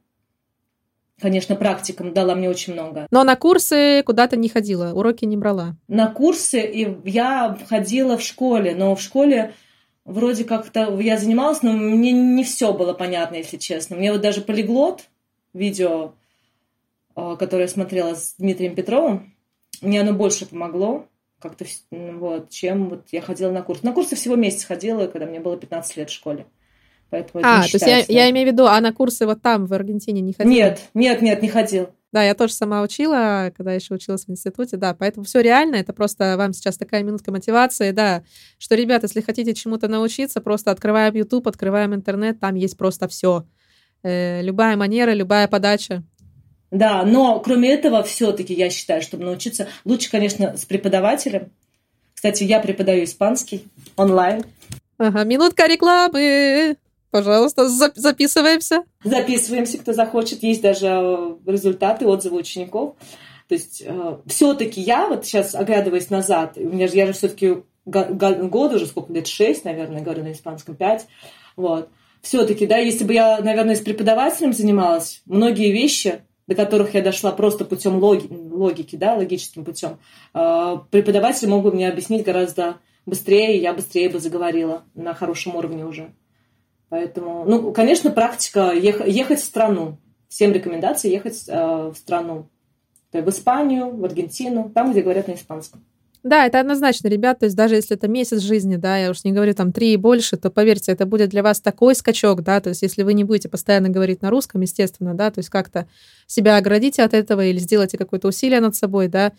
Конечно, практика дала мне очень много. Но на курсы куда-то не ходила, уроки не брала? На курсы я ходила в школе, но в школе вроде как-то я занималась, но мне не все было понятно, если честно. Мне вот даже полиглот, видео, которое я смотрела с Дмитрием Петровым, мне оно больше помогло как-то, вот, чем вот я ходила на курсы. На курсы всего месяц ходила, когда мне было 15 лет в школе. Поэтому то есть я имею в виду, а на курсы вот там, в Аргентине, не ходила? Нет, не ходил. Да, я тоже сама учила, когда еще училась в институте, да, поэтому все реально, это просто вам сейчас такая минутка мотивации, да, что, ребят, если хотите чему-то научиться, просто открываем YouTube, открываем интернет, там есть просто все. Любая манера, любая подача. Да, но кроме этого, все-таки я считаю, чтобы научиться, лучше, конечно, с преподавателем. Кстати, я преподаю испанский онлайн. Ага, минутка рекламы. Пожалуйста, записываемся. Записываемся, кто захочет. Есть даже результаты, отзывы учеников. То есть все-таки я вот сейчас, оглядываясь назад, я же все-таки год уже, сколько лет, 6, наверное, говорю на испанском, 5. Вот. Все-таки, да, если бы я, наверное, с преподавателем занималась, многие вещи, до которых я дошла просто путем логики, да, логическим путем, преподаватель мог бы мне объяснить гораздо быстрее, и я быстрее бы заговорила на хорошем уровне уже. Поэтому, ну, конечно, практика ехать в страну. Всем рекомендация ехать в страну. То есть в Испанию, в Аргентину, там, где говорят на испанском. Да, это однозначно, ребят, то есть даже если это месяц жизни, да, я уж не говорю там 3 и больше, то поверьте, это будет для вас такой скачок, да, то есть если вы не будете постоянно говорить на русском, естественно, да, то есть как-то себя оградите от этого или сделайте какое-то усилие над собой, да.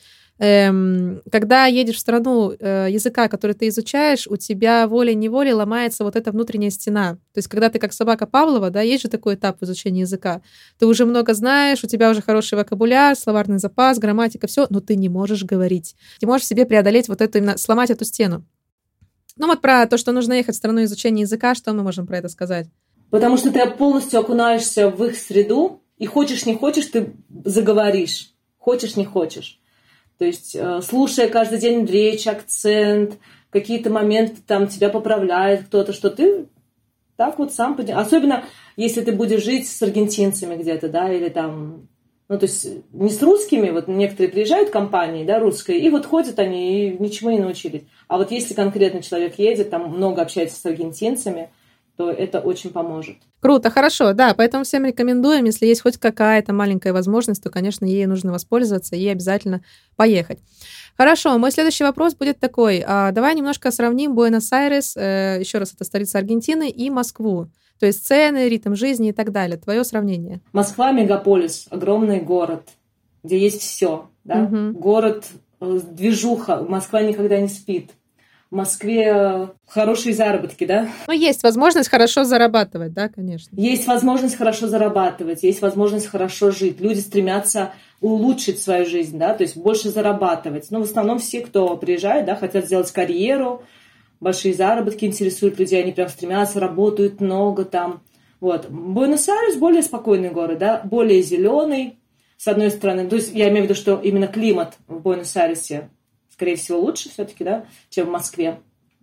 Когда едешь в страну языка, который ты изучаешь, у тебя волей-неволей ломается вот эта внутренняя стена. То есть когда ты как собака Павлова, да, есть же такой этап в изучении языка, ты уже много знаешь, у тебя уже хороший вокабуляр, словарный запас, грамматика, все, но ты не можешь говорить. Ты можешь себе преодолеть вот эту, именно сломать эту стену. Ну вот про то, что нужно ехать в страну изучения языка, что мы можем про это сказать? Потому что ты полностью окунаешься в их среду, и хочешь не хочешь, ты заговоришь. Хочешь не хочешь. То есть, слушая каждый день речь, акцент, какие-то моменты там тебя поправляет кто-то, что ты так вот сам... Особенно, если ты будешь жить с аргентинцами где-то, да, или там... Ну, то есть, не с русскими, вот некоторые приезжают компании, да, русские, и вот ходят они, и ничего не научились. А вот если конкретно человек едет, там много общается с аргентинцами, то это очень поможет. Круто, хорошо, да, поэтому всем рекомендуем, если есть хоть какая-то маленькая возможность, то, конечно, ей нужно воспользоваться и обязательно поехать. Хорошо, мой следующий вопрос будет такой. Давай немножко сравним Буэнос-Айрес, еще раз, это столица Аргентины, и Москву. То есть цены, ритм жизни и так далее. Твое сравнение. Москва — мегаполис, огромный город. где есть все, да, город, движуха, Москва никогда не спит. В Москве хорошие заработки, да? Ну, есть возможность хорошо зарабатывать, да, конечно. Есть возможность хорошо зарабатывать, есть возможность хорошо жить. Люди стремятся улучшить свою жизнь, да, то есть больше зарабатывать. Но в основном все, кто приезжает, да, хотят сделать карьеру, большие заработки интересуют людей, они прям стремятся, работают много там. Вот. Буэнос-Айрес более спокойный город, да, более зеленый, с одной стороны. То есть я имею в виду, что именно климат в Буэнос-Айресе скорее всего, лучше все-таки, да, чем в Москве.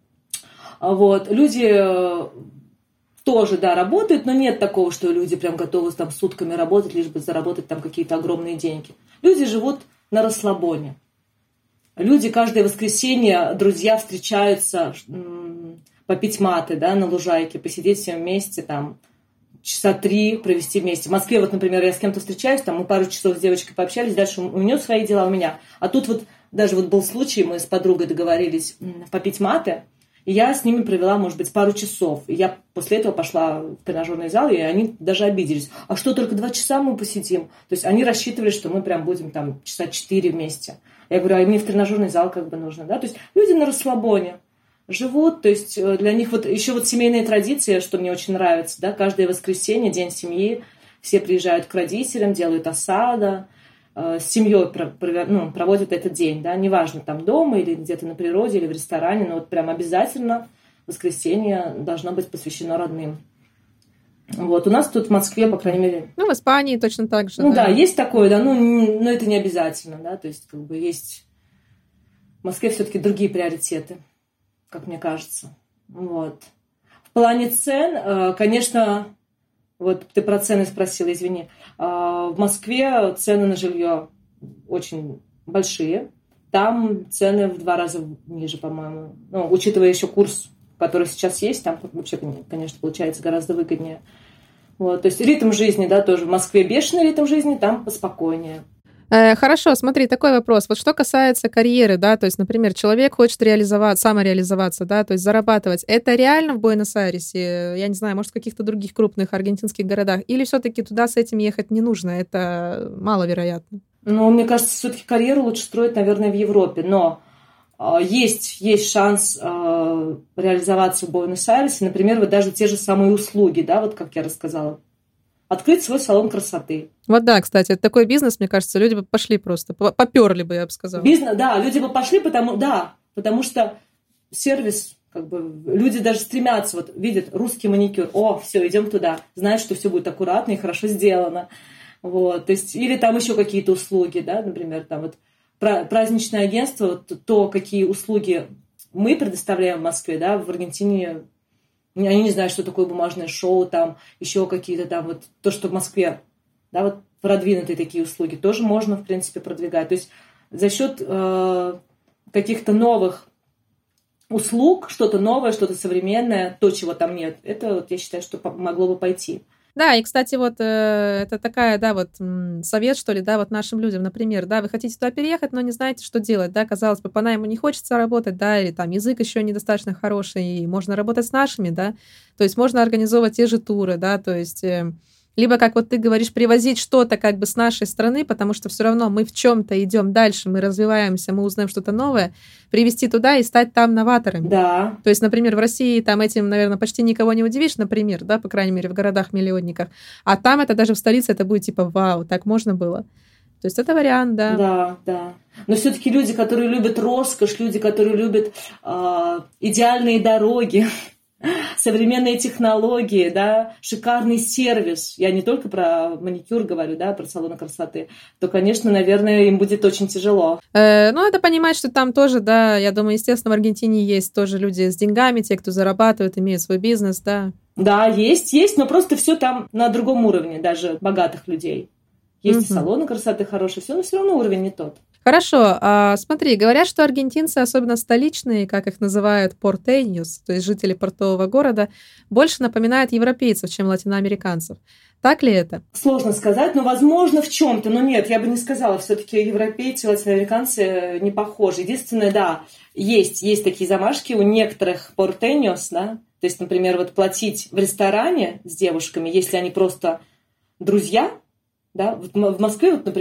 Вот. Люди тоже, да, работают, но нет такого, что люди прям готовы там сутками работать, лишь бы заработать там какие-то огромные деньги. Люди живут на расслабоне. Люди каждое воскресенье, друзья встречаются попить маты, да, на лужайке, посидеть всем вместе, там, часа 3 провести вместе. В Москве, вот, например, я с кем-то встречаюсь, там мы пару часов с девочкой пообщались, дальше у нее свои дела, у меня. А тут вот даже вот был случай, мы с подругой договорились попить маты, и я с ними провела, может быть, пару часов. И я после этого пошла в тренажерный зал, и они даже обиделись. А что, только 2 часа мы посидим? То есть они рассчитывали, что мы прям будем там часа 4 вместе. Я говорю, а мне в тренажерный зал как бы нужно, да? То есть люди на расслабоне живут, то есть для них вот еще вот семейная традиция, что мне очень нравится, да, каждое воскресенье, день семьи, все приезжают к родителям, делают осада, с семьей проводят этот день, да, неважно, там дома или где-то на природе, или в ресторане, но вот прям обязательно воскресенье должно быть посвящено родным. Вот, у нас тут в Москве, по крайней мере... Ну, в Испании точно так же. Ну да, есть такое, да, но это не обязательно, да, то есть как бы есть... В Москве все-таки другие приоритеты, как мне кажется. Вот. В плане цен, конечно, вот ты про цены спросила, извини. В Москве цены на жилье очень большие. Там цены в 2 раза ниже, по-моему. Ну, учитывая еще курс, который сейчас есть, там вообще, конечно, получается гораздо выгоднее. Вот. То есть ритм жизни, да, тоже в Москве бешеный ритм жизни, там поспокойнее. Хорошо, смотри, такой вопрос. Вот что касается карьеры, да, то есть, например, человек хочет самореализоваться, да, то есть зарабатывать. Это реально в Буэнос-Айресе? Я не знаю, может, в каких-то других крупных аргентинских городах? Или все-таки туда с этим ехать не нужно? Это маловероятно. Ну, мне кажется, все-таки карьеру лучше строить, наверное, в Европе. Но есть шанс реализоваться в Буэнос-Айресе. Например, вот даже те же самые услуги, да, вот как я рассказала. Открыть свой салон красоты. Вот да, кстати, это такой бизнес, мне кажется, люди бы пошли просто, поперли бы, я бы сказала. Бизнес, да, люди бы пошли, потому что сервис, как бы, люди даже стремятся, вот видят русский маникюр, все, идем туда, знают, что все будет аккуратно и хорошо сделано. Вот, то есть, или там еще какие-то услуги, да, например, там вот праздничное агентство, то, какие услуги мы предоставляем в Москве, да, в Аргентине. Они не знают, что такое бумажное шоу, там еще какие-то там вот то, что в Москве, да, вот продвинутые такие услуги тоже можно, в принципе, продвигать. То есть за счет каких-то новых услуг, что-то новое, что-то современное, то, чего там нет, это вот я считаю, что могло бы пойти. Да, и, кстати, вот это такая, да, вот совет, что ли, да, вот нашим людям, например, да, вы хотите туда переехать, но не знаете, что делать, да, казалось бы, по найму не хочется работать, да, или там язык еще недостаточно хороший, и можно работать с нашими, да, то есть можно организовывать те же туры, да, то есть либо, как вот ты говоришь, привозить что-то как бы с нашей страны, потому что все равно мы в чем-то идем дальше, мы развиваемся, мы узнаем что-то новое, привезти туда и стать там новаторами. Да. То есть, например, в России там этим, наверное, почти никого не удивишь, например, да, по крайней мере, в городах-миллионниках, а там это даже в столице это будет типа вау, так можно было. То есть это вариант, да. Да, да. Но все-таки люди, которые любят роскошь, люди, которые любят идеальные дороги, современные технологии, да, шикарный сервис. Я не только про маникюр говорю, да, про салоны красоты. То, конечно, наверное, им будет очень тяжело. Ну, это понимать, что там тоже, да, я думаю, естественно, в Аргентине есть тоже люди с деньгами, те, кто зарабатывают, имеют свой бизнес, да. Да, есть, но просто все там на другом уровне, даже богатых людей. Есть и салоны красоты хорошие, все, но все равно уровень не тот. Хорошо, смотри, говорят, что аргентинцы, особенно столичные, как их называют, портеньос, то есть жители портового города, больше напоминают европейцев, чем латиноамериканцев. Так ли это? Сложно сказать, но, возможно, в чем-то. Но нет, я бы не сказала. Все-таки европейцы, латиноамериканцы не похожи. Единственное, да, есть такие замашки у некоторых портеньос, да. То есть, например, вот платить в ресторане с девушками, если они просто друзья, да. В Москве, вот, например,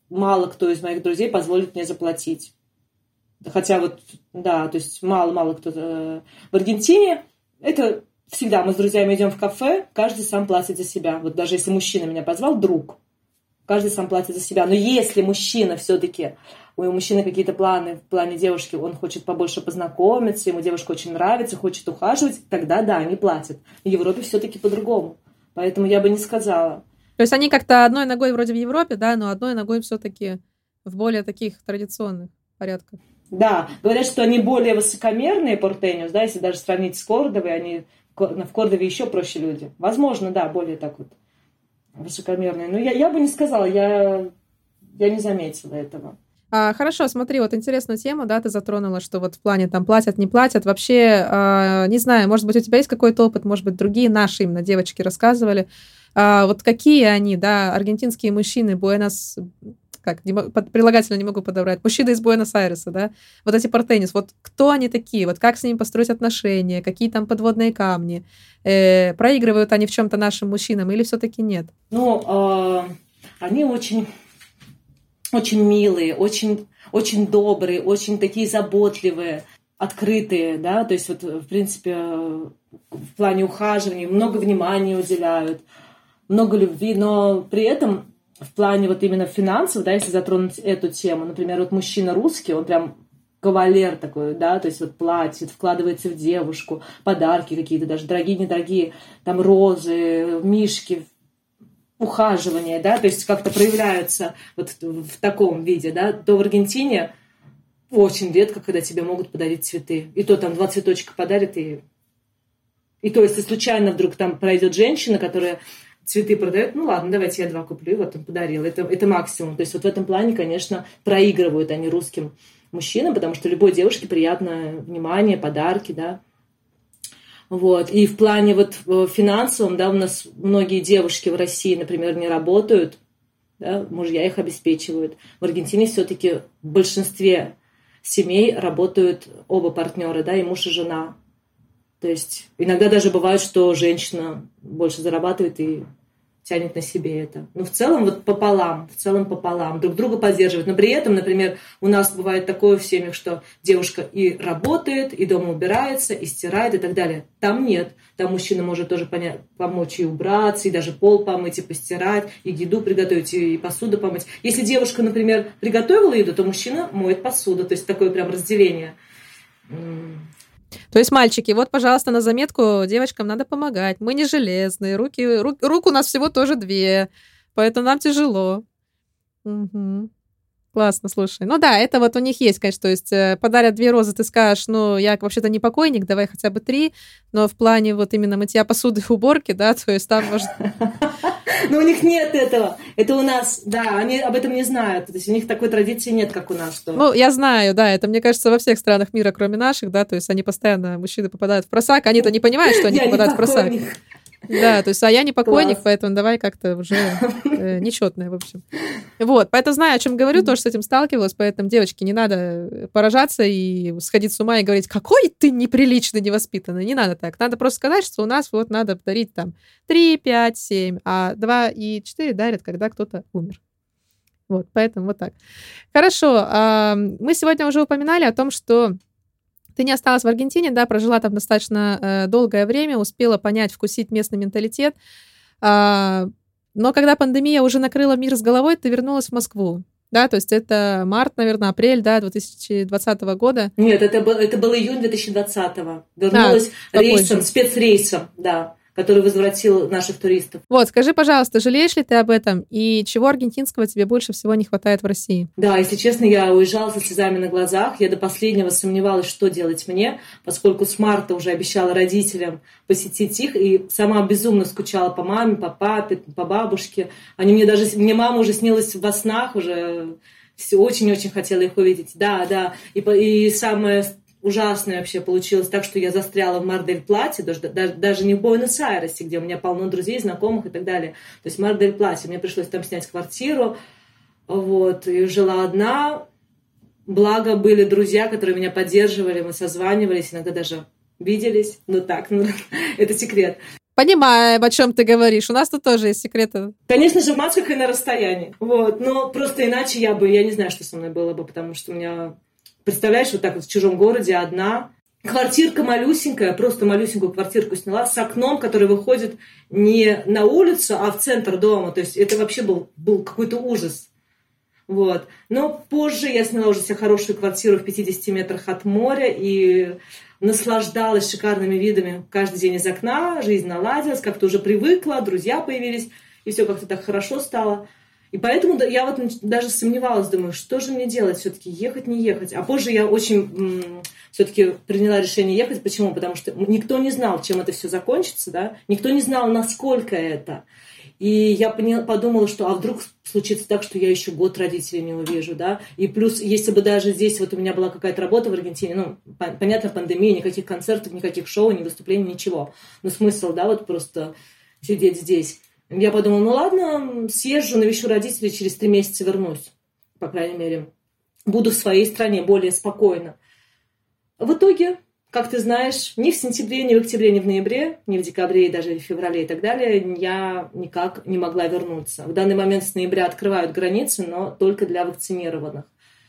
мало кто из моих друзей позволит мне заплатить. Хотя вот, да, то есть мало кто. В Аргентине это всегда мы с друзьями идем в кафе, каждый сам платит за себя. Вот даже если мужчина меня позвал, друг, каждый сам платит за себя. Но если мужчина все-таки, у мужчины какие-то планы в плане девушки, он хочет побольше познакомиться, ему девушка очень нравится, хочет ухаживать, тогда да, они платят. В Европе все-таки по-другому. Поэтому я бы не сказала. То есть они как-то одной ногой вроде в Европе, да, но одной ногой все-таки в более таких традиционных порядках. Да, говорят, что они более высокомерные, портеньос, да, если даже сравнить с Кордовой, они в Кордове еще проще люди. Возможно, да, более так вот высокомерные. Но я бы не сказала, я не заметила этого. Хорошо, смотри, вот интересную тему, да, ты затронула, что вот в плане там платят, не платят. Вообще, не знаю, может быть, у тебя есть какой-то опыт, может быть, другие наши именно девочки рассказывали. Вот какие они, да, аргентинские мужчины, прилагательно не могу подобрать, мужчины из Буэнос-Айреса, да, вот эти портенис, вот кто они такие, вот как с ними построить отношения, какие там подводные камни, проигрывают они в чем-то нашим мужчинам или все-таки нет? Ну, они очень, очень милые, очень, очень добрые, очень такие заботливые, открытые, да, то есть вот, в принципе, в плане ухаживания много внимания уделяют, много любви, но при этом в плане вот именно финансов, да, если затронуть эту тему, например, вот мужчина русский, он прям кавалер такой, да, то есть вот платит, вкладывается в девушку, подарки какие-то, даже дорогие, недорогие, там розы, мишки, ухаживание, да, то есть как-то проявляются вот в таком виде, да, то в Аргентине очень редко, когда тебе могут подарить цветы. И то там 2 цветочка подарят, и то, если случайно вдруг там пройдет женщина, которая цветы продает, ну ладно, давайте я 2 куплю, и вот он подарил. Это максимум. То есть вот в этом плане, конечно, проигрывают они русским мужчинам, потому что любой девушке приятно внимание, подарки, да. Вот. И в плане вот финансовом, да, у нас многие девушки в России, например, не работают, да, мужья их обеспечивают. В Аргентине все-таки в большинстве семей работают оба партнера, да, и муж, и жена. То есть иногда даже бывает, что женщина больше зарабатывает и тянет на себе это. Но в целом вот пополам, друг друга поддерживают. Но при этом, например, у нас бывает такое в семьях, что девушка и работает, и дома убирается, и стирает, и так далее. Там нет. Там мужчина может тоже помочь и убраться, и даже пол помыть, и постирать, и еду приготовить, и посуду помыть. Если девушка, например, приготовила еду, то мужчина моет посуду. То есть такое прям разделение. То есть, мальчики, вот, пожалуйста, на заметку, девочкам надо помогать. Мы не железные, рук у нас всего тоже 2, поэтому нам тяжело. Угу. Классно, слушай. Ну да, это вот у них есть, конечно, то есть подарят 2 розы, ты скажешь, ну, я вообще-то не покойник, давай хотя бы 3, но в плане вот именно мытья посуды и уборки, да, то есть там может... Но у них нет этого. Это у нас, да, они об этом не знают. То есть у них такой традиции нет, как у нас. Что... Ну, я знаю, да, это, мне кажется, во всех странах мира, кроме наших, да, то есть они постоянно, мужчины попадают в просак, они-то не понимают, что они попадают в просак. Да, то есть, а я не покойник, класс, поэтому давай как-то уже нечетное, в общем. Вот, поэтому знаю, о чем говорю, тоже с этим сталкивалась, поэтому, девочки, не надо поражаться и сходить с ума и говорить, какой ты неприличный, невоспитанный. Не надо так. Надо просто сказать, что у нас вот надо дарить там 3, 5, 7, а 2 и 4 дарят, когда кто-то умер. Вот, поэтому вот так. Хорошо, мы сегодня уже упоминали о том, что ты не осталась в Аргентине, да, прожила там достаточно долгое время, успела понять, вкусить местный менталитет. Но когда пандемия уже накрыла мир с головой, ты вернулась в Москву. Да, то есть это март, наверное, апрель, да, 2020 года. Нет, это был июнь 2020-го. Вернулась рейсом, спецрейсом, да, который возвратил наших туристов. Вот, скажи, пожалуйста, жалеешь ли ты об этом? И чего аргентинского тебе больше всего не хватает в России? Да, если честно, я уезжала со слезами на глазах. Я до последнего сомневалась, что делать мне, поскольку с марта уже обещала родителям посетить их, и сама безумно скучала по маме, по папе, по бабушке. Мне мама уже снилась во снах, уже очень-очень хотела их увидеть. Да, и самое... Ужасное вообще получилось так, что я застряла в Мар-дель-Плате, даже не в Буэнос-Айресе, где у меня полно друзей, знакомых и так далее. То есть Мар-дель-Плате. Мне пришлось там снять квартиру, вот, и жила одна. Благо были друзья, которые меня поддерживали, мы созванивались, иногда даже виделись. Это секрет. Понимаем, о чем ты говоришь. У нас тут тоже есть секреты. Конечно же, в масках и на расстоянии. Вот. Но просто иначе я не знаю, что со мной было бы, потому что у меня, представляешь, вот так вот в чужом городе одна. Квартирка малюсенькая, просто малюсенькую квартирку сняла с окном, который выходит не на улицу, а в центр дома. То есть это вообще был какой-то ужас. Вот. Но позже я сняла уже себе хорошую квартиру в 50 метрах от моря и наслаждалась шикарными видами каждый день из окна. Жизнь наладилась, как-то уже привыкла, друзья появились, и все как-то так хорошо стало. И поэтому я вот даже сомневалась, думаю, что же мне делать, все-таки ехать, не ехать. А позже я очень все-таки приняла решение ехать. Почему? Потому что никто не знал, чем это все закончится, да? Никто не знал, насколько это. И я подумала, что а вдруг случится так, что я еще год родителей не увижу, да? И плюс, если бы даже здесь вот у меня была какая-то работа в Аргентине, ну, понятно, пандемия, никаких концертов, никаких шоу, ни выступлений, ничего. Но смысл, да, вот просто сидеть здесь. Я подумала, ну ладно, съезжу, навещу родителей, через 3 месяца вернусь, по крайней мере. Буду в своей стране более спокойно. В итоге, как ты знаешь, ни в сентябре, ни в октябре, ни в ноябре, ни в декабре, и даже в феврале и так далее я никак не могла вернуться. В данный момент с ноября открывают границы, но только для вакцинированных.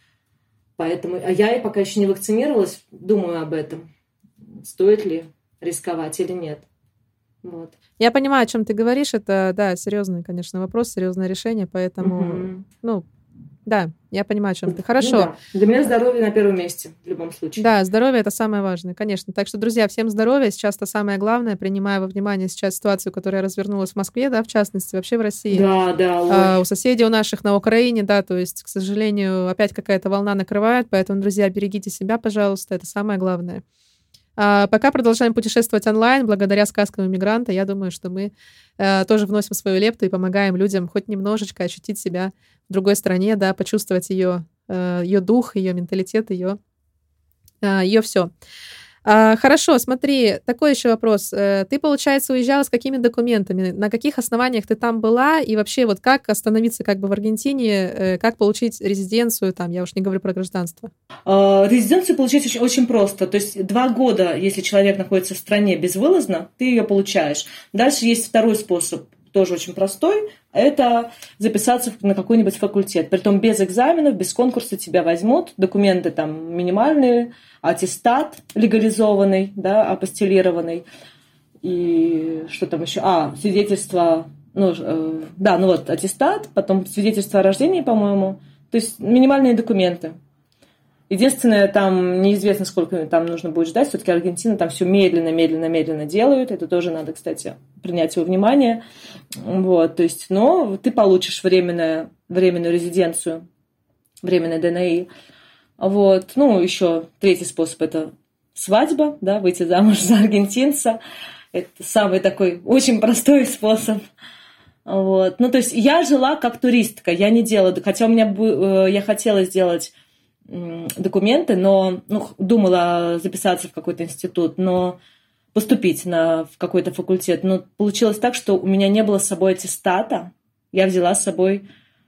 Поэтому, а я пока еще не вакцинировалась, думаю об этом. Стоит ли рисковать или нет. Вот. Я понимаю, о чем ты говоришь. Это, да, серьезный, конечно, вопрос, серьезное решение, поэтому, да, я понимаю, о чем ты. Хорошо. Ну, да. Для меня здоровье на первом месте в любом случае. Да, здоровье — это самое важное, конечно. Так что, друзья, всем здоровья. Сейчас это самое главное, принимая во внимание сейчас ситуацию, которая развернулась в Москве, да, в частности, вообще в России. Да. У соседей у наших на Украине, да, то есть, к сожалению, опять какая-то волна накрывает, поэтому, друзья, берегите себя, пожалуйста, это самое главное. Пока продолжаем путешествовать онлайн, благодаря сказкам иммигранта. Я думаю, что мы тоже вносим свою лепту и помогаем людям хоть немножечко ощутить себя в другой стране, да, почувствовать ее дух, ее менталитет, ее все. Хорошо, смотри, такой еще вопрос. Ты, получается, уезжала с какими документами? На каких основаниях ты там была? И вообще, вот как остановиться как бы в Аргентине? Как получить резиденцию там? Я уж не говорю про гражданство. Резиденцию получить очень, очень просто. То есть 2 года, если человек находится в стране безвылазно, ты ее получаешь. Дальше есть второй способ, тоже очень простой. Это записаться на какой-нибудь факультет. Притом без экзаменов, без конкурса тебя возьмут. Документы там минимальные, аттестат легализованный, да, апостилированный. И что там еще? Свидетельство, аттестат, потом свидетельство о рождении, по-моему. То есть минимальные документы. Единственное, там неизвестно, сколько там нужно будет ждать. Все-таки Аргентина там все медленно делают. Это тоже надо, кстати, принять во внимание. Вот, то есть, но ты получишь временную резиденцию, временное ДНИ. Вот, еще третий способ – это свадьба, да, выйти замуж за аргентинца. Это самый такой очень простой способ. Вот, то есть я жила как туристка, я не делала, хотя я хотела сделать документы, но думала записаться в какой-то институт, но поступить в какой-то факультет. Но получилось так, что у меня не было с собой аттестата. Я взяла с собой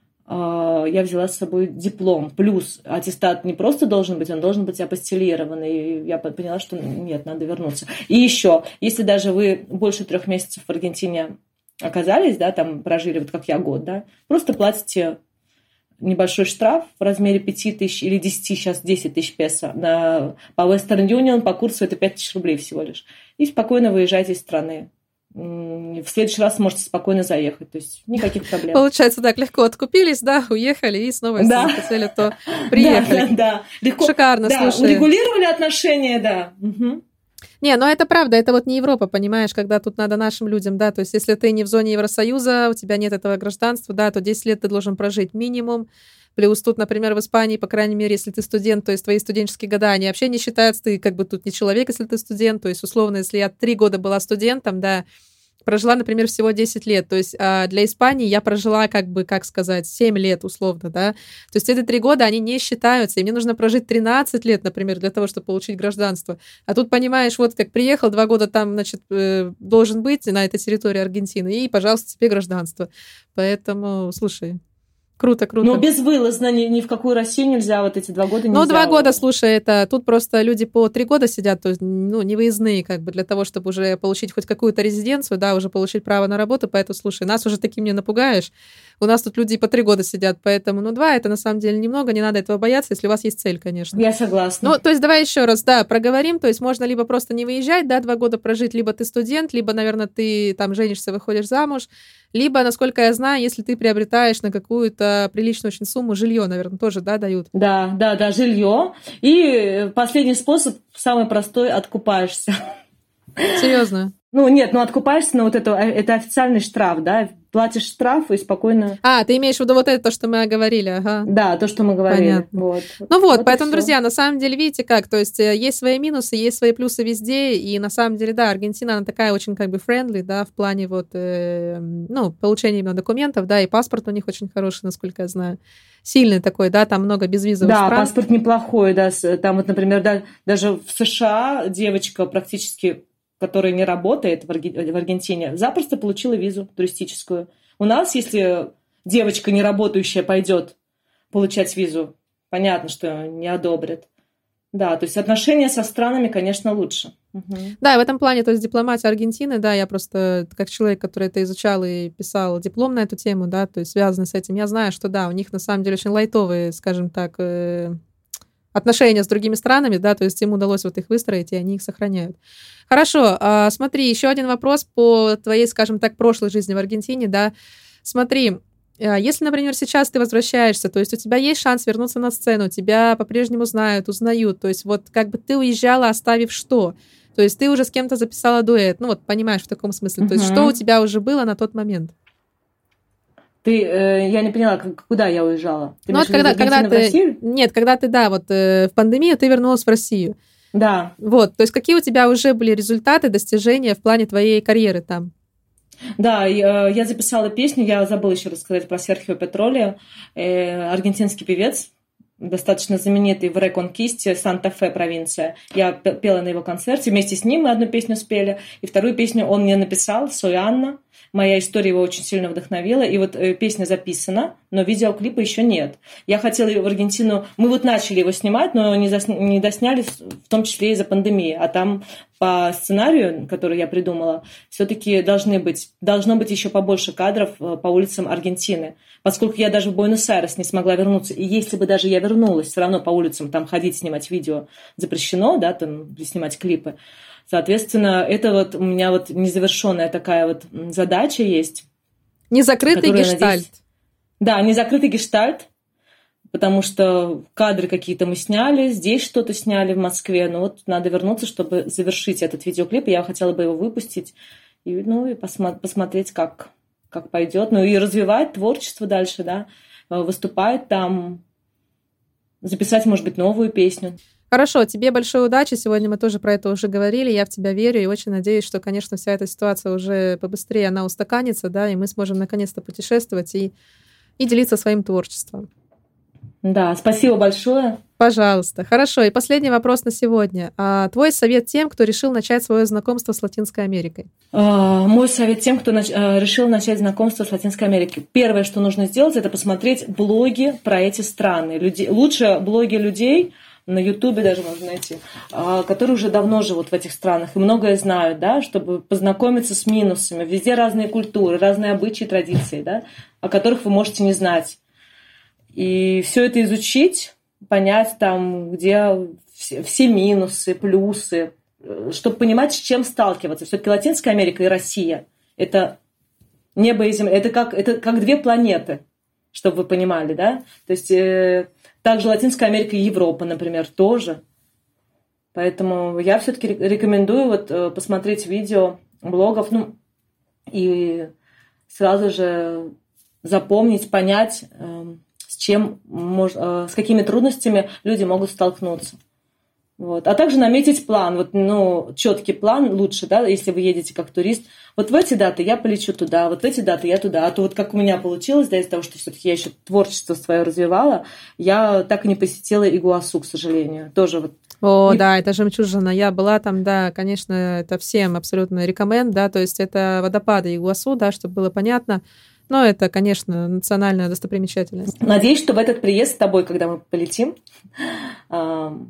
диплом. Плюс аттестат не просто должен быть, он должен быть апостилированный. И я поняла, что нет, надо вернуться. И еще, если даже вы больше 3 месяцев в Аргентине оказались, да, там прожили, вот как я, год, да, просто платите небольшой штраф в размере 5 тысяч или 10, сейчас 10 тысяч песо. По Western Union по курсу это 5 тысяч рублей всего лишь. И спокойно выезжайте из страны. В следующий раз можете спокойно заехать. То есть никаких проблем. Получается, так легко откупились, да, уехали и снова, если захотели, то приехали. Да. Легко. Шикарно, слушай. Урегулировали отношения, да. Угу. Не, это правда, это вот не Европа, понимаешь, когда тут надо нашим людям, да, то есть если ты не в зоне Евросоюза, у тебя нет этого гражданства, да, то 10 лет ты должен прожить минимум, плюс тут, например, в Испании, по крайней мере, если ты студент, то есть твои студенческие года, они вообще не считаются, ты как бы тут не человек, если ты студент, то есть условно, если я 3 года была студентом, да, прожила, например, всего 10 лет. То есть для Испании я прожила, 7 лет условно, да. То есть эти 3 года, они не считаются, и мне нужно прожить 13 лет, например, для того, чтобы получить гражданство. А тут, понимаешь, вот как приехал, 2 года там, значит, должен быть на этой территории Аргентины, и, пожалуйста, тебе гражданство. Поэтому, слушай, Круто, круто. Ну, безвылазно ни в какую Россию нельзя, вот эти 2 года нельзя. Ну, 2 года, слушай, это тут просто люди по 3 года сидят, то есть, ну, не выездные, как бы, для того, чтобы уже получить хоть какую-то резиденцию, да, уже получить право на работу, поэтому, слушай, нас уже таким не напугаешь. У нас тут люди по 3 года сидят, поэтому, ну, 2 это на самом деле немного, не надо этого бояться, если у вас есть цель, конечно. Я согласна. Ну, то есть, давай еще раз, да, проговорим, то есть, можно либо просто не выезжать, да, 2 года прожить, либо ты студент, либо, наверное, ты там женишься, выходишь замуж, либо, насколько я знаю, если ты приобретаешь на какую-то приличную очень сумму жилье, наверное, тоже, да, дают. Да, жилье. И последний способ, самый простой, откупаешься. Серьезно? Ну, нет, откупаешься, но вот это официальный штраф, да, платишь штраф и спокойно... Ты имеешь в виду вот это, то, что мы говорили, ага. Да, то, что мы говорили. Понятно. Вот. Ну вот, поэтому, друзья, на самом деле, видите как, то есть есть свои минусы, есть свои плюсы везде, и на самом деле, да, Аргентина, она такая очень как бы friendly, да, в плане вот, получения именно документов, да, и паспорт у них очень хороший, насколько я знаю. Сильный такой, да, там много безвизовых стран. Да, паспорт неплохой, да, там вот, например, даже в США девочка практически, которая не работает в Аргентине, запросто получила визу туристическую. У нас, если девочка не работающая пойдет получать визу, понятно, что не одобрят. Да, то есть отношения со странами, конечно, лучше. Угу. Да, в этом плане, то есть дипломатия Аргентины, да, я просто как человек, который это изучал и писал диплом на эту тему, да, то есть связанный с этим, я знаю, что да, у них на самом деле очень лайтовые, скажем так, отношения с другими странами, да, то есть им удалось вот их выстроить, и они их сохраняют. Хорошо, смотри, еще один вопрос по твоей, скажем так, прошлой жизни в Аргентине, да. Смотри, если, например, сейчас ты возвращаешься, то есть у тебя есть шанс вернуться на сцену, тебя по-прежнему знают, узнают, то есть вот как бы ты уезжала, оставив что? То есть ты уже с кем-то записала дуэт, ну вот понимаешь в таком смысле, то есть что у тебя уже было на тот момент? Я не поняла, куда я уезжала? Ты вот когда ты... Нет, когда ты, да, вот в пандемию ты вернулась в Россию. Да. Вот, то есть какие у тебя уже были результаты, достижения в плане твоей карьеры там? Да, я записала песню, я забыла еще рассказать про Серхио Петролио, аргентинский певец, достаточно знаменитый в Реконкисте, Санта-Фе провинция. Я пела на его концерте, вместе с ним мы одну песню спели, и вторую песню он мне написал, «Сой Анна». Моя история его очень сильно вдохновила, и вот песня записана, но видеоклипа еще нет. Я хотела в Аргентину, мы вот начали его снимать, но не досняли, в том числе из-за пандемии, а там по сценарию, который я придумала, все-таки должно быть еще побольше кадров по улицам Аргентины, поскольку я даже в Буэнос-Айрес не смогла вернуться, и если бы даже я вернулась, все равно по улицам там ходить, снимать видео запрещено, да, там снимать клипы. Соответственно, это вот у меня вот незавершенная такая вот задача есть. Незакрытый гештальт. Надеюсь, да, незакрытый гештальт, потому что кадры какие-то мы сняли, здесь что-то сняли в Москве, но вот надо вернуться, чтобы завершить этот видеоклип, и я хотела бы его выпустить, и посмотреть, как пойдет, ну и развивать творчество дальше, да, выступать там, записать, может быть, новую песню. Хорошо, тебе большой удачи. Сегодня мы тоже про это уже говорили. Я в тебя верю и очень надеюсь, что, конечно, вся эта ситуация уже побыстрее она устаканится, да, и мы сможем наконец-то путешествовать и делиться своим творчеством. Да, спасибо большое. Пожалуйста. Хорошо. И последний вопрос на сегодня. Твой совет тем, кто решил начать свое знакомство с Латинской Америкой? Мой совет тем, кто решил начать знакомство с Латинской Америкой. Первое, что нужно сделать, это посмотреть блоги про эти страны. Лучше блоги людей, на Ютубе даже можно найти, которые уже давно живут в этих странах и многое знают, да, чтобы познакомиться с минусами. Везде разные культуры, разные обычаи, традиции, да, о которых вы можете не знать. И все это изучить, понять там, где все минусы, плюсы, чтобы понимать, с чем сталкиваться. Все-таки Латинская Америка и Россия – это небо и земля, это как две планеты, чтобы вы понимали, да. То есть также Латинская Америка и Европа, например, тоже. Поэтому я все-таки рекомендую посмотреть видео блогов, и сразу же запомнить, понять, с какими трудностями люди могут столкнуться. Вот. А также наметить план, четкий план лучше, да, если вы едете как турист. Вот в эти даты я полечу туда, вот в эти даты я туда. А то вот как у меня получилось, да, из-за того, что все-таки я еще творчество свое развивала, я так и не посетила Игуасу, к сожалению. Тоже вот. Да, это жемчужина. Я была там, да, конечно, это всем абсолютно рекоменд, да, то есть это водопады Игуасу, да, чтобы было понятно. Но это, конечно, национальная достопримечательность. Надеюсь, что в этот приезд с тобой, когда мы полетим, мы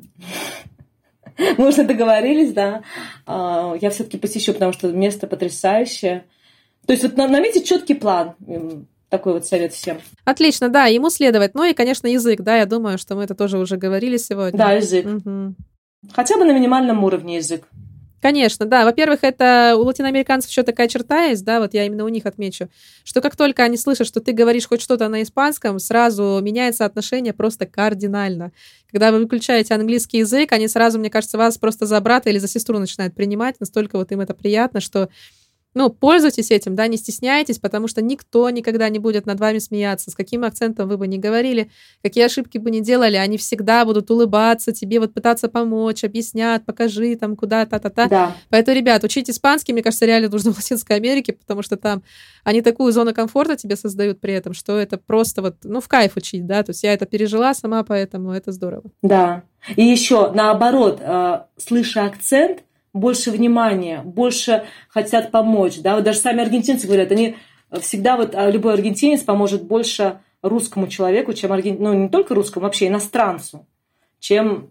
уже договорились, да, я все-таки посещу, потому что место потрясающее. То есть вот наметить четкий план. Такой вот совет всем. Отлично, да, ему следовать. Ну и, конечно, язык, да, я думаю, что мы это тоже уже говорили сегодня. Да, язык. Угу. Хотя бы на минимальном уровне язык. Конечно, да. Во-первых, это у латиноамериканцев еще такая черта есть, да, вот я именно у них отмечу, что как только они слышат, что ты говоришь хоть что-то на испанском, сразу меняется отношение просто кардинально. Когда вы выключаете английский язык, они сразу, мне кажется, вас просто за брата или за сестру начинают принимать, настолько вот им это приятно, что пользуйтесь этим, да, не стесняйтесь, потому что никто никогда не будет над вами смеяться. С каким акцентом вы бы ни говорили, какие ошибки бы ни делали, они всегда будут улыбаться, тебе вот пытаться помочь, объяснят, покажи там куда, та-та-та. Да. Поэтому, ребят, учить испанский, мне кажется, реально нужно в Латинской Америке, потому что там они такую зону комфорта тебе создают при этом, что это просто вот, в кайф учить, да, то есть я это пережила сама, поэтому это здорово. Да. И еще, наоборот, слыша акцент, больше внимания, больше хотят помочь. Да? Вот даже сами аргентинцы говорят, они всегда, любой аргентинец поможет больше русскому человеку, чем не только русскому, вообще иностранцу, чем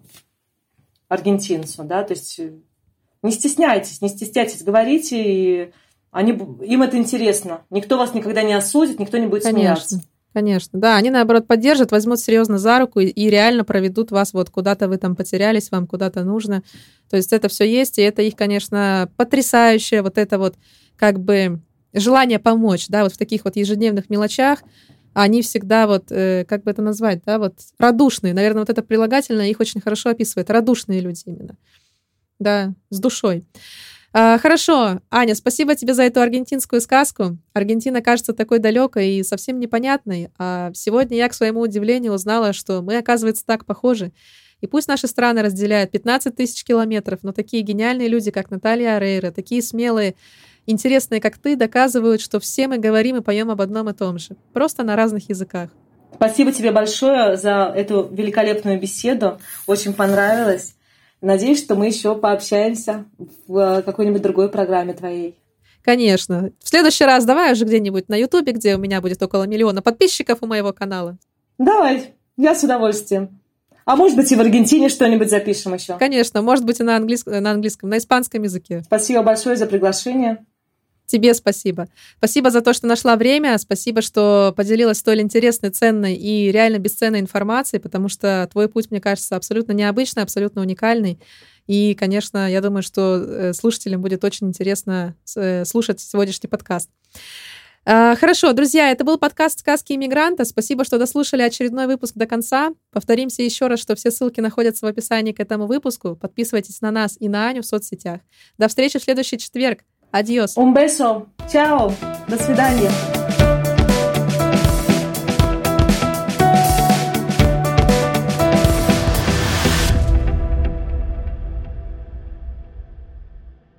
аргентинцу. Да? То есть не стесняйтесь, говорите, и им это интересно. Никто вас никогда не осудит, никто не будет смеяться. Конечно, да, они, наоборот, поддержат, возьмут серьезно за руку и реально проведут вас вот куда-то вы там потерялись, вам куда-то нужно. То есть это все есть, и это их, конечно, потрясающее вот это вот как бы желание помочь, да, вот в таких вот ежедневных мелочах. Они всегда вот, как бы это назвать, да, вот радушные. Наверное, вот это прилагательное их очень хорошо описывает. Радушные люди именно. Да, с душой. Хорошо, Аня, спасибо тебе за эту аргентинскую сказку. Аргентина кажется такой далекой и совсем непонятной, а сегодня я, к своему удивлению, узнала, что мы, оказывается, так похожи. И пусть наши страны разделяют 15 тысяч километров, но такие гениальные люди, как Наталья Орейро, такие смелые, интересные, как ты, доказывают, что все мы говорим и поем об одном и том же, просто на разных языках. Спасибо тебе большое за эту великолепную беседу, очень понравилось. Надеюсь, что мы еще пообщаемся в какой-нибудь другой программе твоей. Конечно. В следующий раз давай уже где-нибудь на Ютубе, где у меня будет около 1 миллиона подписчиков у моего канала. Давай, я с удовольствием. А может быть, и в Аргентине что-нибудь запишем еще. Конечно, может быть, и на английском, на испанском языке. Спасибо большое за приглашение. Тебе спасибо. Спасибо за то, что нашла время. Спасибо, что поделилась столь интересной, ценной и реально бесценной информацией, потому что твой путь, мне кажется, абсолютно необычный, абсолютно уникальный. И, конечно, я думаю, что слушателям будет очень интересно слушать сегодняшний подкаст. Хорошо, друзья, это был подкаст «Сказки иммигранта». Спасибо, что дослушали очередной выпуск до конца. Повторимся еще раз, что все ссылки находятся в описании к этому выпуску. Подписывайтесь на нас и на Аню в соцсетях. До встречи в следующий четверг. Адьос. Un beso. Чао. До свидания.